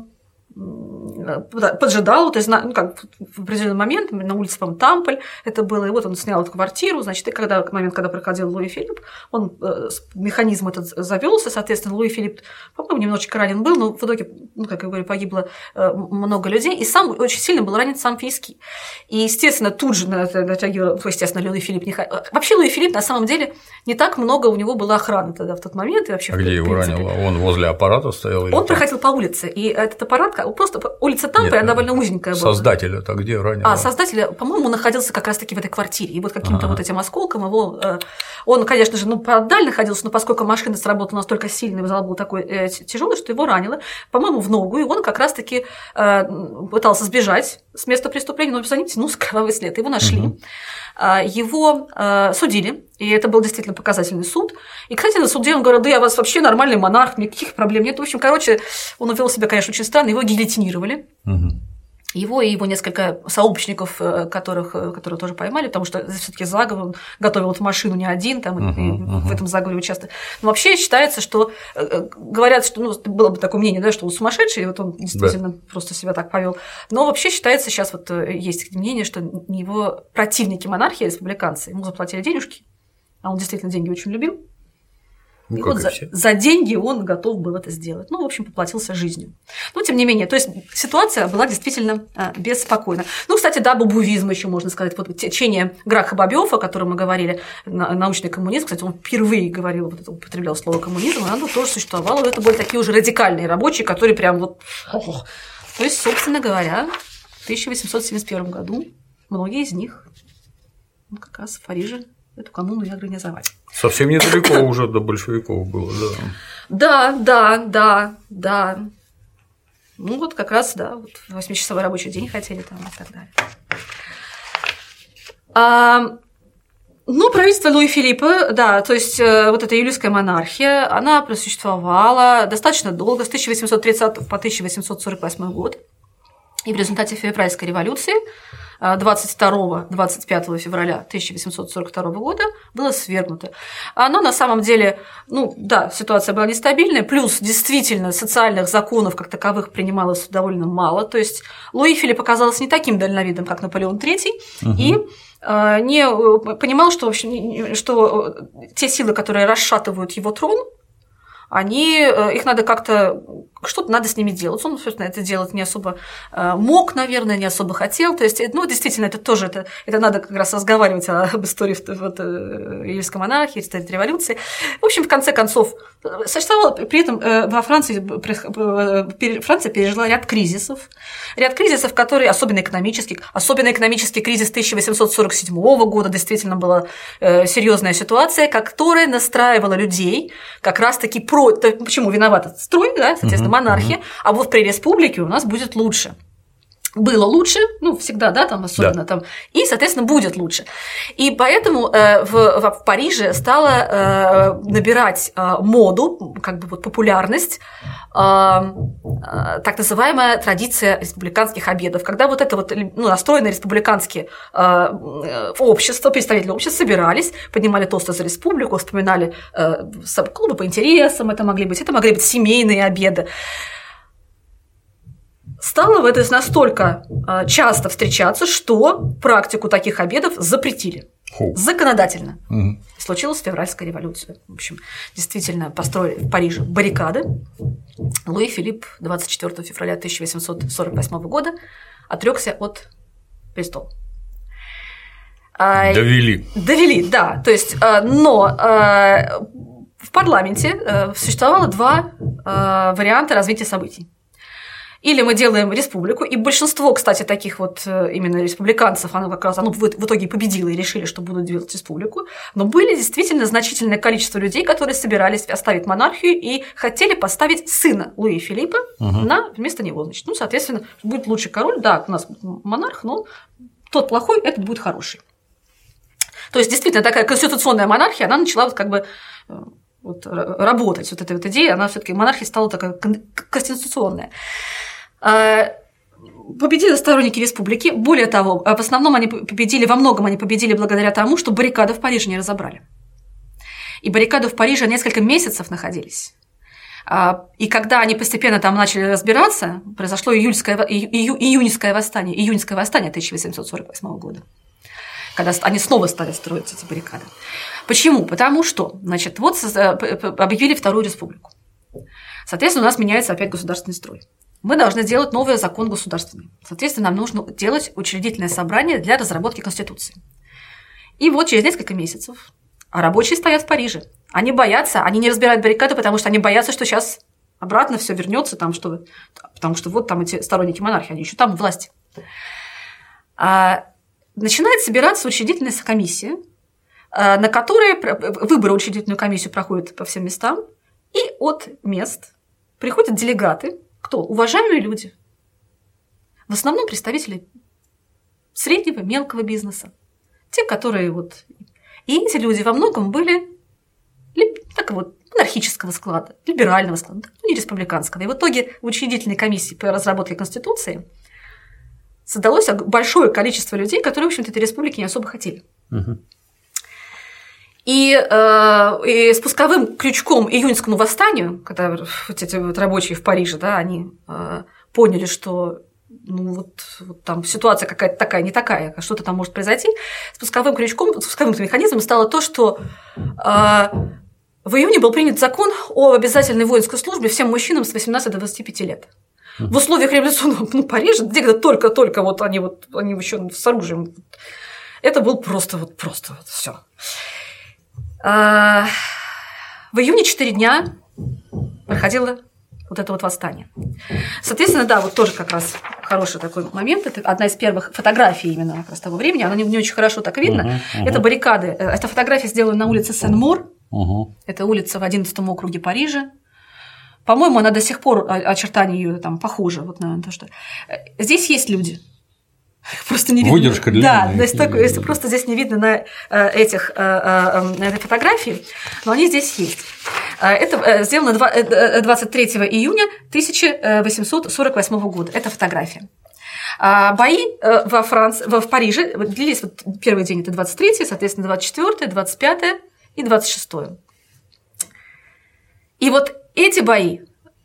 [SPEAKER 2] поджидал, то есть, ну, как в определенный момент на улице, по-моему, Тамполь это было, и вот он снял эту квартиру, значит, и когда в момент, когда проходил Луи Филипп, он механизм этот завелся, соответственно, Луи Филипп, по-моему, немножечко ранен был, но в итоге, ну, как я говорю, погибло много людей, и сам очень сильно был ранен сам Фиески. И, естественно, тут же натягивал, естественно, Луи Филипп не... Вообще Луи Филипп, на самом деле, не так много у него было охраны тогда в тот момент. И вообще,
[SPEAKER 1] где его ранило? Он возле аппарата стоял?
[SPEAKER 2] Он проходил по улице, и этот аппарат, просто улица Тамполь, она довольно узенькая была.
[SPEAKER 1] Создателя-то где ранило?
[SPEAKER 2] Создателя, по-моему, находился как раз-таки в этой квартире, и вот каким-то вот этим осколком его... Он, конечно же, ну, подаль находился, но поскольку машина сработала настолько сильно, и зал был такой тяжелый, что его ранило, по-моему, в ногу, и он как раз-таки пытался сбежать с места преступления, но, заметьте, ну, кровавый след, его нашли. Его судили, и это был действительно показательный суд. И, кстати, на суде он говорил: да я вас вообще нормальный монарх, никаких проблем нет. В общем, короче, он вел себя, конечно, очень странно, его гильотинировали. Его и его несколько сообщников, которых тоже поймали, потому что все-таки заговор, он готовил эту машину не один, там, в этом заговоре участвовал. Но вообще считается, что говорят, что, ну, было бы такое мнение, да, что он сумасшедший, и вот он действительно просто себя так повел. Но вообще считается, сейчас вот есть мнение, что его противники монархии, республиканцы, ему заплатили денежки, а он действительно деньги очень любил. Ну, и вот за деньги он готов был это сделать. Ну, в общем, поплатился жизнью. Но, тем не менее, то есть ситуация была действительно беспокойна. Ну, кстати, да, бобувизм еще можно сказать. Вот течение Граха Бобёва, о котором мы говорили, научный коммунизм, кстати, он впервые говорил, вот это, употреблял слово коммунизм, оно тоже существовало. Это были такие уже радикальные рабочие, которые прям вот... То есть, собственно говоря, в 1871 году многие из них как раз в Париже эту коммуну и организовали.
[SPEAKER 1] Совсем недалеко уже до большевиков было, да.
[SPEAKER 2] Да. Ну, вот как раз, да, вот 8-часовой рабочий день хотели там и так далее. Ну, правительство Луи Филиппа, да, то есть вот эта июльская монархия, она просуществовала достаточно долго, с 1830 по 1848 год. И в результате февральской революции 22-25 февраля 1842 года было свергнуто. Оно на самом деле, ну да, ситуация была нестабильная, плюс действительно социальных законов как таковых принималось довольно мало, то есть Луи Филипп оказался не таким дальновидным, как Наполеон III, и не понимал, что, в общем, что те силы, которые расшатывают его трон, их надо как-то, что-то надо с ними делать. Он, собственно, это делать не особо мог, наверное, не особо хотел. То есть, ну, действительно, это тоже, это надо как раз разговаривать об истории июльской монархии, истории революции. В общем, в конце концов, существовало, при этом во Франция пережила ряд кризисов, которые, особенно экономический кризис 1847 года, действительно была серьезная ситуация, которая настраивала людей как раз-таки почему виноват этот строй, да, соответственно, монархия, а вот при республике у нас будет лучше. было лучше, ну, всегда, да, там особенно там, и, соответственно, будет лучше. И поэтому в Париже стала набирать моду, как бы вот популярность, так называемая традиция республиканских обедов, когда вот это вот, ну, настроенные республиканские общества, представители общества собирались, поднимали тосты за республику, вспоминали клубы по интересам, это могли быть семейные обеды. Стало это настолько часто встречаться, что практику таких обедов запретили законодательно. Случилась февральская революция. В общем, действительно построили в Париже баррикады. Луи Филипп 24 февраля 1848 года отрекся от престола. Довели, да. То есть, но в парламенте существовало два варианта развития событий. Или мы делаем республику, и большинство, кстати, таких вот именно республиканцев, оно в итоге победило и решили, что будут делать республику, но были действительно значительное количество людей, которые собирались оставить монархию и хотели поставить сына Луи Филиппа вместо него. Значит, ну, соответственно, будет лучший король, да, у нас монарх, но тот плохой, этот будет хороший. То есть, действительно, такая конституционная монархия, она начала вот как бы вот работать. Вот эта вот идея, она все-таки монархия стала такая конституционная. Победили сторонники республики. Более того, в основном во многом они победили благодаря тому, что баррикады в Париже не разобрали. И баррикады в Париже несколько месяцев находились. И когда они постепенно там начали разбираться, произошло июньское восстание 1848 года, когда они снова стали строить эти баррикады. Почему? Потому что, значит, вот объявили Вторую республику. Соответственно, у нас меняется опять государственный строй. Мы должны сделать новый закон государственный. Соответственно, нам нужно делать учредительное собрание для разработки Конституции. И вот через несколько месяцев рабочие стоят в Париже. Они боятся, они не разбирают баррикады, потому что они боятся, что сейчас обратно все вернется, потому что вот там эти сторонники монархии, они еще там в власти. Начинает собираться учредительная комиссия, на которой выборы учредительную комиссию проходят по всем местам, и от мест приходят делегаты. Кто? Уважаемые люди. В основном представители среднего, мелкого бизнеса. Те, которые вот... И эти люди во многом были монархического склада, либерального склада, не республиканского. И в итоге в учредительной комиссии по разработке Конституции создалось большое количество людей, которые, в общем-то, этой республики не особо хотели. И спусковым крючком июньскому восстанию, когда вот эти вот рабочие в Париже, да, они поняли, что там ситуация какая-то такая, не такая, что-то там может произойти, спусковым механизмом стало то, что в июне был принят закон о обязательной воинской службе всем мужчинам с 18 до 25 лет. В условиях революционного Парижа, где только вот они еще с оружием, это был просто все. В июне 4 дня проходило вот это вот восстание. Соответственно, да, вот тоже как раз хороший такой момент. Это одна из первых фотографий именно как раз того времени. Она не очень хорошо так видно. Это баррикады. Эта фотография сделана на улице Сен-Мор. Это улица в 11 округе Парижа. По-моему, она до сих пор, очертания ее там похожи. Вот на то, что... Здесь есть люди. Просто не видно.
[SPEAKER 1] Выдержка длинная.
[SPEAKER 2] Да, если просто здесь не видно на этой фотографии, но они здесь есть. Это сделано 23 июня 1848 года. Это фотография. Бои в Париже длились, вот первый день это 23, соответственно, 24, 25 и 26. И вот эти бои,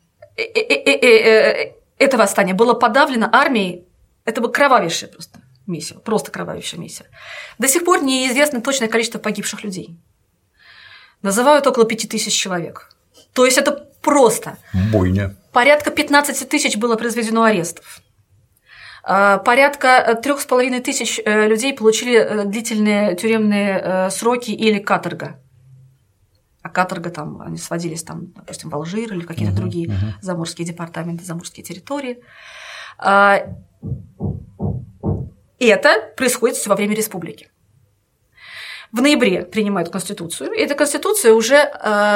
[SPEAKER 2] это восстание было подавлено армией. Это было кровавейшее просто кровавейшее месиво. До сих пор неизвестно точное количество погибших людей. Называют около 5000 человек. То есть это просто.
[SPEAKER 1] Бойня.
[SPEAKER 2] Порядка 15 тысяч было произведено арестов. Порядка 3500 людей получили длительные тюремные сроки или каторга. А каторга там, они сводились там, допустим, в Алжир или какие-то другие заморские департаменты, заморские территории. И это происходит все во время республики. в ноябре принимают Конституцию, и эта Конституция уже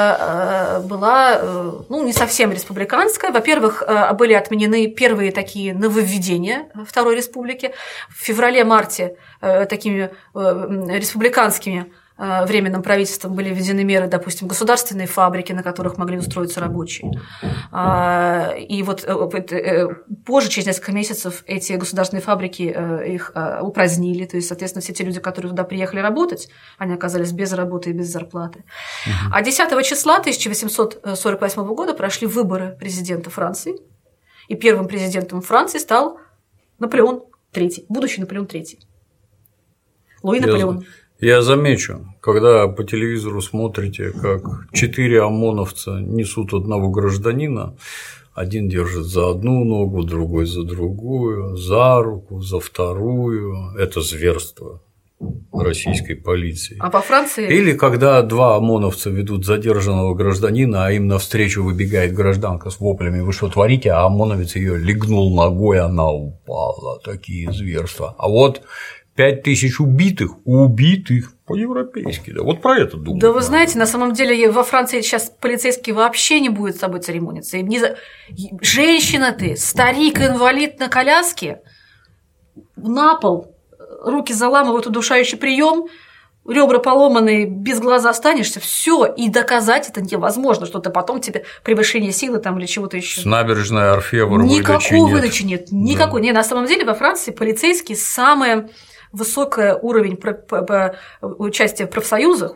[SPEAKER 2] была не совсем республиканская. Во-первых, были отменены первые такие нововведения Второй Республики. В феврале-марте такими республиканскими временным правительством были введены меры, допустим, государственные фабрики, на которых могли устроиться рабочие. И вот позже, через несколько месяцев, эти государственные фабрики их упразднили. То есть, соответственно, все те люди, которые туда приехали работать, они оказались без работы и без зарплаты. А 10 числа 1848 года прошли выборы президента Франции. И первым президентом Франции стал Наполеон III, будущий Наполеон III. Луи Наполеон.
[SPEAKER 1] Я замечу, когда по телевизору смотрите, как 4 ОМОНовца несут одного гражданина, один держит за одну ногу, другой за другую, за руку, за вторую. Это зверство российской полиции.
[SPEAKER 2] А по Франции?
[SPEAKER 1] Или когда 2 ОМОНовца ведут задержанного гражданина, а им навстречу выбегает гражданка с воплями: вы что творите? А ОМОНовец ее легнул ногой, она упала. Такие зверства. А вот 5000 убитых по-европейски, да, вот про это думаю.
[SPEAKER 2] Да вы знаете, на самом деле во Франции сейчас полицейский вообще не будет с собой церемониться. Женщина ты, старик, инвалид на коляске, на пол, руки заламывают, удушающий прием, ребра поломанные, без глаза останешься, все, и доказать это невозможно, что-то потом тебе превышение силы там или чего-то еще.
[SPEAKER 1] С набережной Орфевр
[SPEAKER 2] никакой выдачи нет, никакой. Да. Не, на самом деле во Франции полицейские самые высокий уровень участия в профсоюзах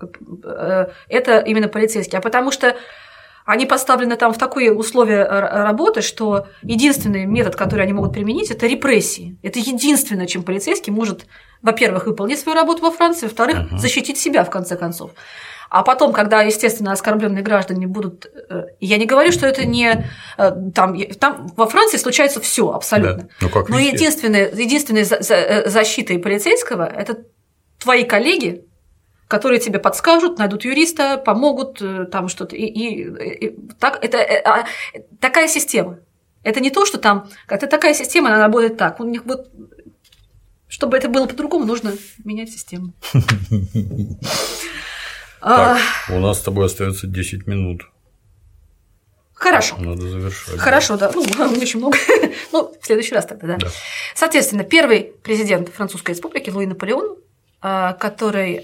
[SPEAKER 2] – это именно полицейские. А потому что они поставлены там в такие условия работы, что единственный метод, который они могут применить – это репрессии. Это единственное, чем полицейский может, во-первых, выполнить свою работу во Франции, во-вторых, защитить себя, в конце концов. А потом, когда, естественно, оскорбленные граждане будут… Я не говорю, что это не… Там во Франции случается все абсолютно. Да. Но единственная защита полицейского – это твои коллеги, которые тебе подскажут, найдут юриста, помогут, там что-то. Так, это такая система. Это не то, что там… Это такая система, она работает так. У них вот… Чтобы это было по-другому, нужно менять систему.
[SPEAKER 1] Так, у нас с тобой остается 10 минут.
[SPEAKER 2] Хорошо.
[SPEAKER 1] Надо завершать.
[SPEAKER 2] Хорошо, да. Очень много. В следующий раз тогда, да. Соответственно, первый президент Французской республики Луи Наполеон, который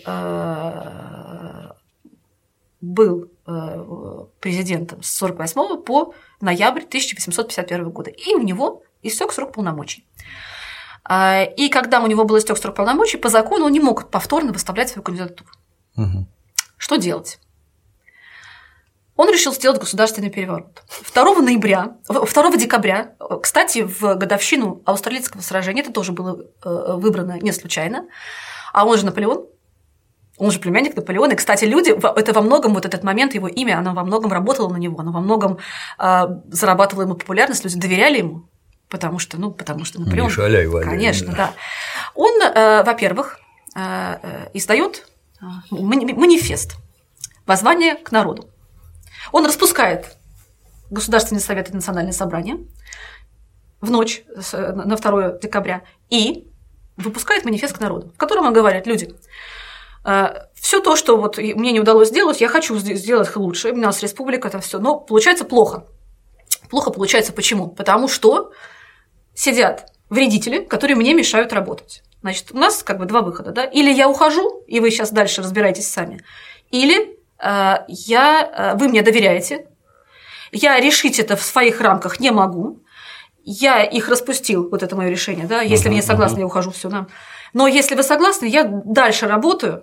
[SPEAKER 2] был президентом с 1948 по ноябрь 1851 года. И у него истек срок полномочий. И когда у него был истек срок полномочий, по закону он не мог повторно выставлять свою кандидатуру. Что делать? Он решил сделать государственный переворот. 2 декабря, кстати, в годовщину Аустерлицкого сражения, это тоже было выбрано не случайно, а он же Наполеон, он же племянник Наполеона. И, кстати, люди, это во многом, вот этот момент, его имя, оно во многом работало на него, оно во многом зарабатывало ему популярность, люди доверяли ему, потому что Наполеон…
[SPEAKER 1] Не шаляй, Валя.
[SPEAKER 2] Конечно, да. Он, во-первых, издает манифест «Воззвание к народу». Он распускает Государственный совет и Национальное собрание в ночь на 2 декабря и выпускает манифест к народу, в котором он говорит: люди, все то, что вот мне не удалось сделать, я хочу сделать лучше, у нас республика, это все, но получается плохо. Плохо получается почему? Потому что сидят вредители, которые мне мешают работать. Значит, у нас как бы 2 выхода, да? Или я ухожу, и вы сейчас дальше разбираетесь сами, или вы мне доверяете, я решить это в своих рамках не могу, я их распустил, вот это мое решение, да? Если вы не согласны, я ухожу, все, да? Но если вы согласны, я дальше работаю,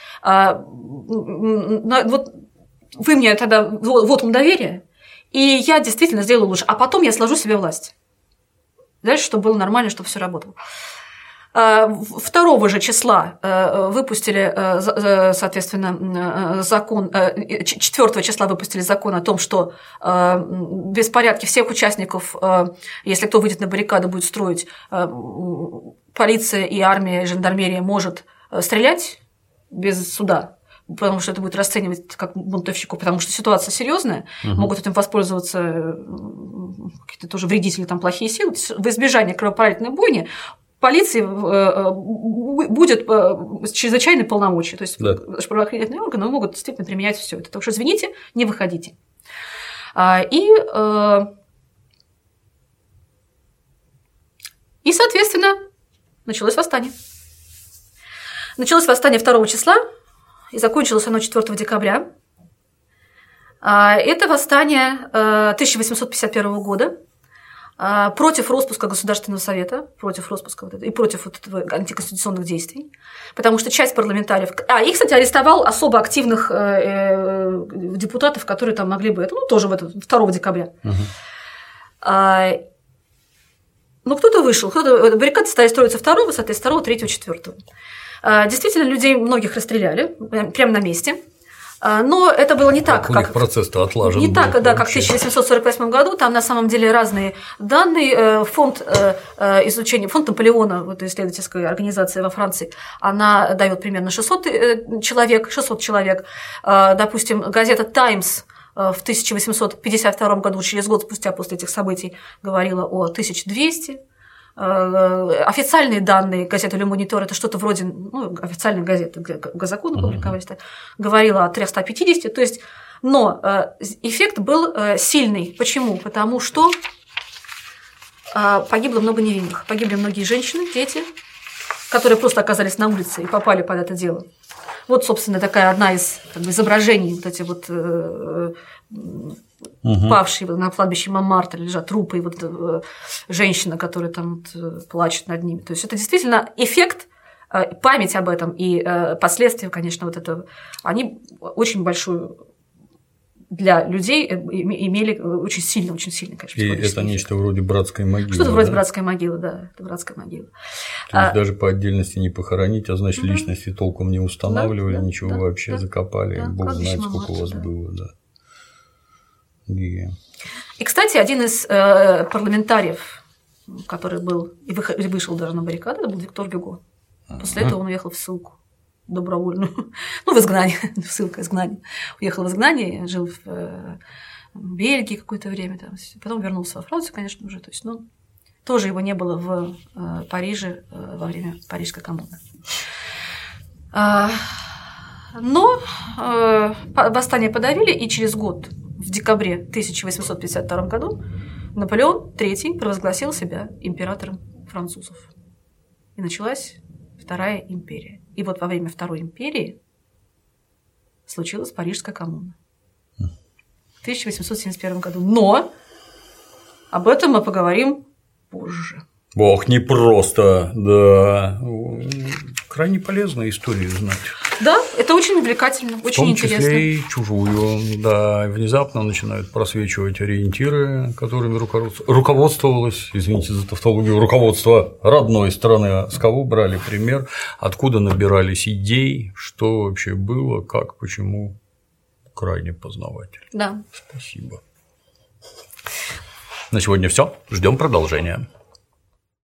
[SPEAKER 2] вот вы мне тогда вотум доверия, и я действительно сделаю лучше, а потом я сложу себе власть. Дальше, чтобы было нормально, чтобы все работало. 2 же числа выпустили, соответственно, закон, 4 числа выпустили закон о том, что беспорядки всех участников, если кто выйдет на баррикады, будет строить, полиция и армия, и жандармерия может стрелять без суда, потому что это будет расценивать как бунтовщиков, потому что ситуация серьезная, могут этим воспользоваться какие-то тоже вредители, там плохие силы. В избежание кровопролитной бойни полиции будет чрезвычайные полномочия. То есть правоохранительные органы могут действительно применять все это. Так что, извините, не выходите. И, соответственно, началось восстание. Началось восстание 2 числа, и закончилось оно 4 декабря. Это восстание 1851 года против распуска Государственного совета, против распуска и против антиконституционных действий, потому что часть парламентариев… и, кстати, арестовал особо активных депутатов, которые там могли бы… тоже 2 декабря. Но кто-то вышел, баррикады стали строиться 2-го, соответственно, 2-го, 3-го, 4-го. Действительно, людей многих расстреляли прямо на месте. Но это было не так,
[SPEAKER 1] как… У них процесс-то отлажен.
[SPEAKER 2] Не так, да, как в 1848 году. Там на самом деле разные данные. Фонд изучения, фонд Наполеона, вот исследовательская организация во Франции, она дает примерно 600 человек. Допустим, газета «Таймс» в 1852 году, через год спустя после этих событий, говорила о 1200. Официальные данные газеты «Le Moniteur» – это что-то вроде, официальной газеты, Газакона публиковались, говорила о 350, то есть, но эффект был сильный. Почему? Потому что погибло много невинных, погибли многие женщины, дети, которые просто оказались на улице и попали под это дело. Вот, собственно, такая одна из изображений, вот эти вот павшие на кладбище Монмартр лежат трупы, и вот женщина, которая там плачет над ними. То есть это действительно эффект, память об этом и последствия, конечно, вот это, они очень большую для людей имели очень сильно, конечно.
[SPEAKER 1] И это нечто вроде братской могилы.
[SPEAKER 2] Что-то вроде братской могилы, да, это братская могила.
[SPEAKER 1] То есть даже по отдельности не похоронить, а значит, личности толком не устанавливали, ничего вообще закопали. Бог знает, сколько у вас было, да.
[SPEAKER 2] И, кстати, один из парламентариев, который был и вышел даже на баррикады, это был Виктор Гюго. После этого он уехал в ссылку добровольную, в изгнание, ссылка, изгнание. Уехал в изгнание, жил в Бельгии какое-то время, потом вернулся во Францию, конечно, уже. То есть, тоже его не было в Париже во время Парижской коммуны. Но восстание подавили, и через год, в декабре 1852 году, Наполеон III провозгласил себя императором французов. И началась Вторая империя. И вот во время Второй империи случилась Парижская коммуна в 1871 году. Но об этом мы поговорим позже.
[SPEAKER 1] Ох, непросто, да. Крайне полезная история знать.
[SPEAKER 2] Да, это очень увлекательно, очень интересно. В том числе
[SPEAKER 1] и чужую, да. Внезапно начинают просвечивать ориентиры, которыми руководствовалось, извините за тавтологию, руководство родной страны. С кого брали пример, откуда набирались идей, что вообще было, как, почему. Крайне познавательно.
[SPEAKER 2] Да.
[SPEAKER 1] Спасибо. На сегодня все. Ждем продолжения.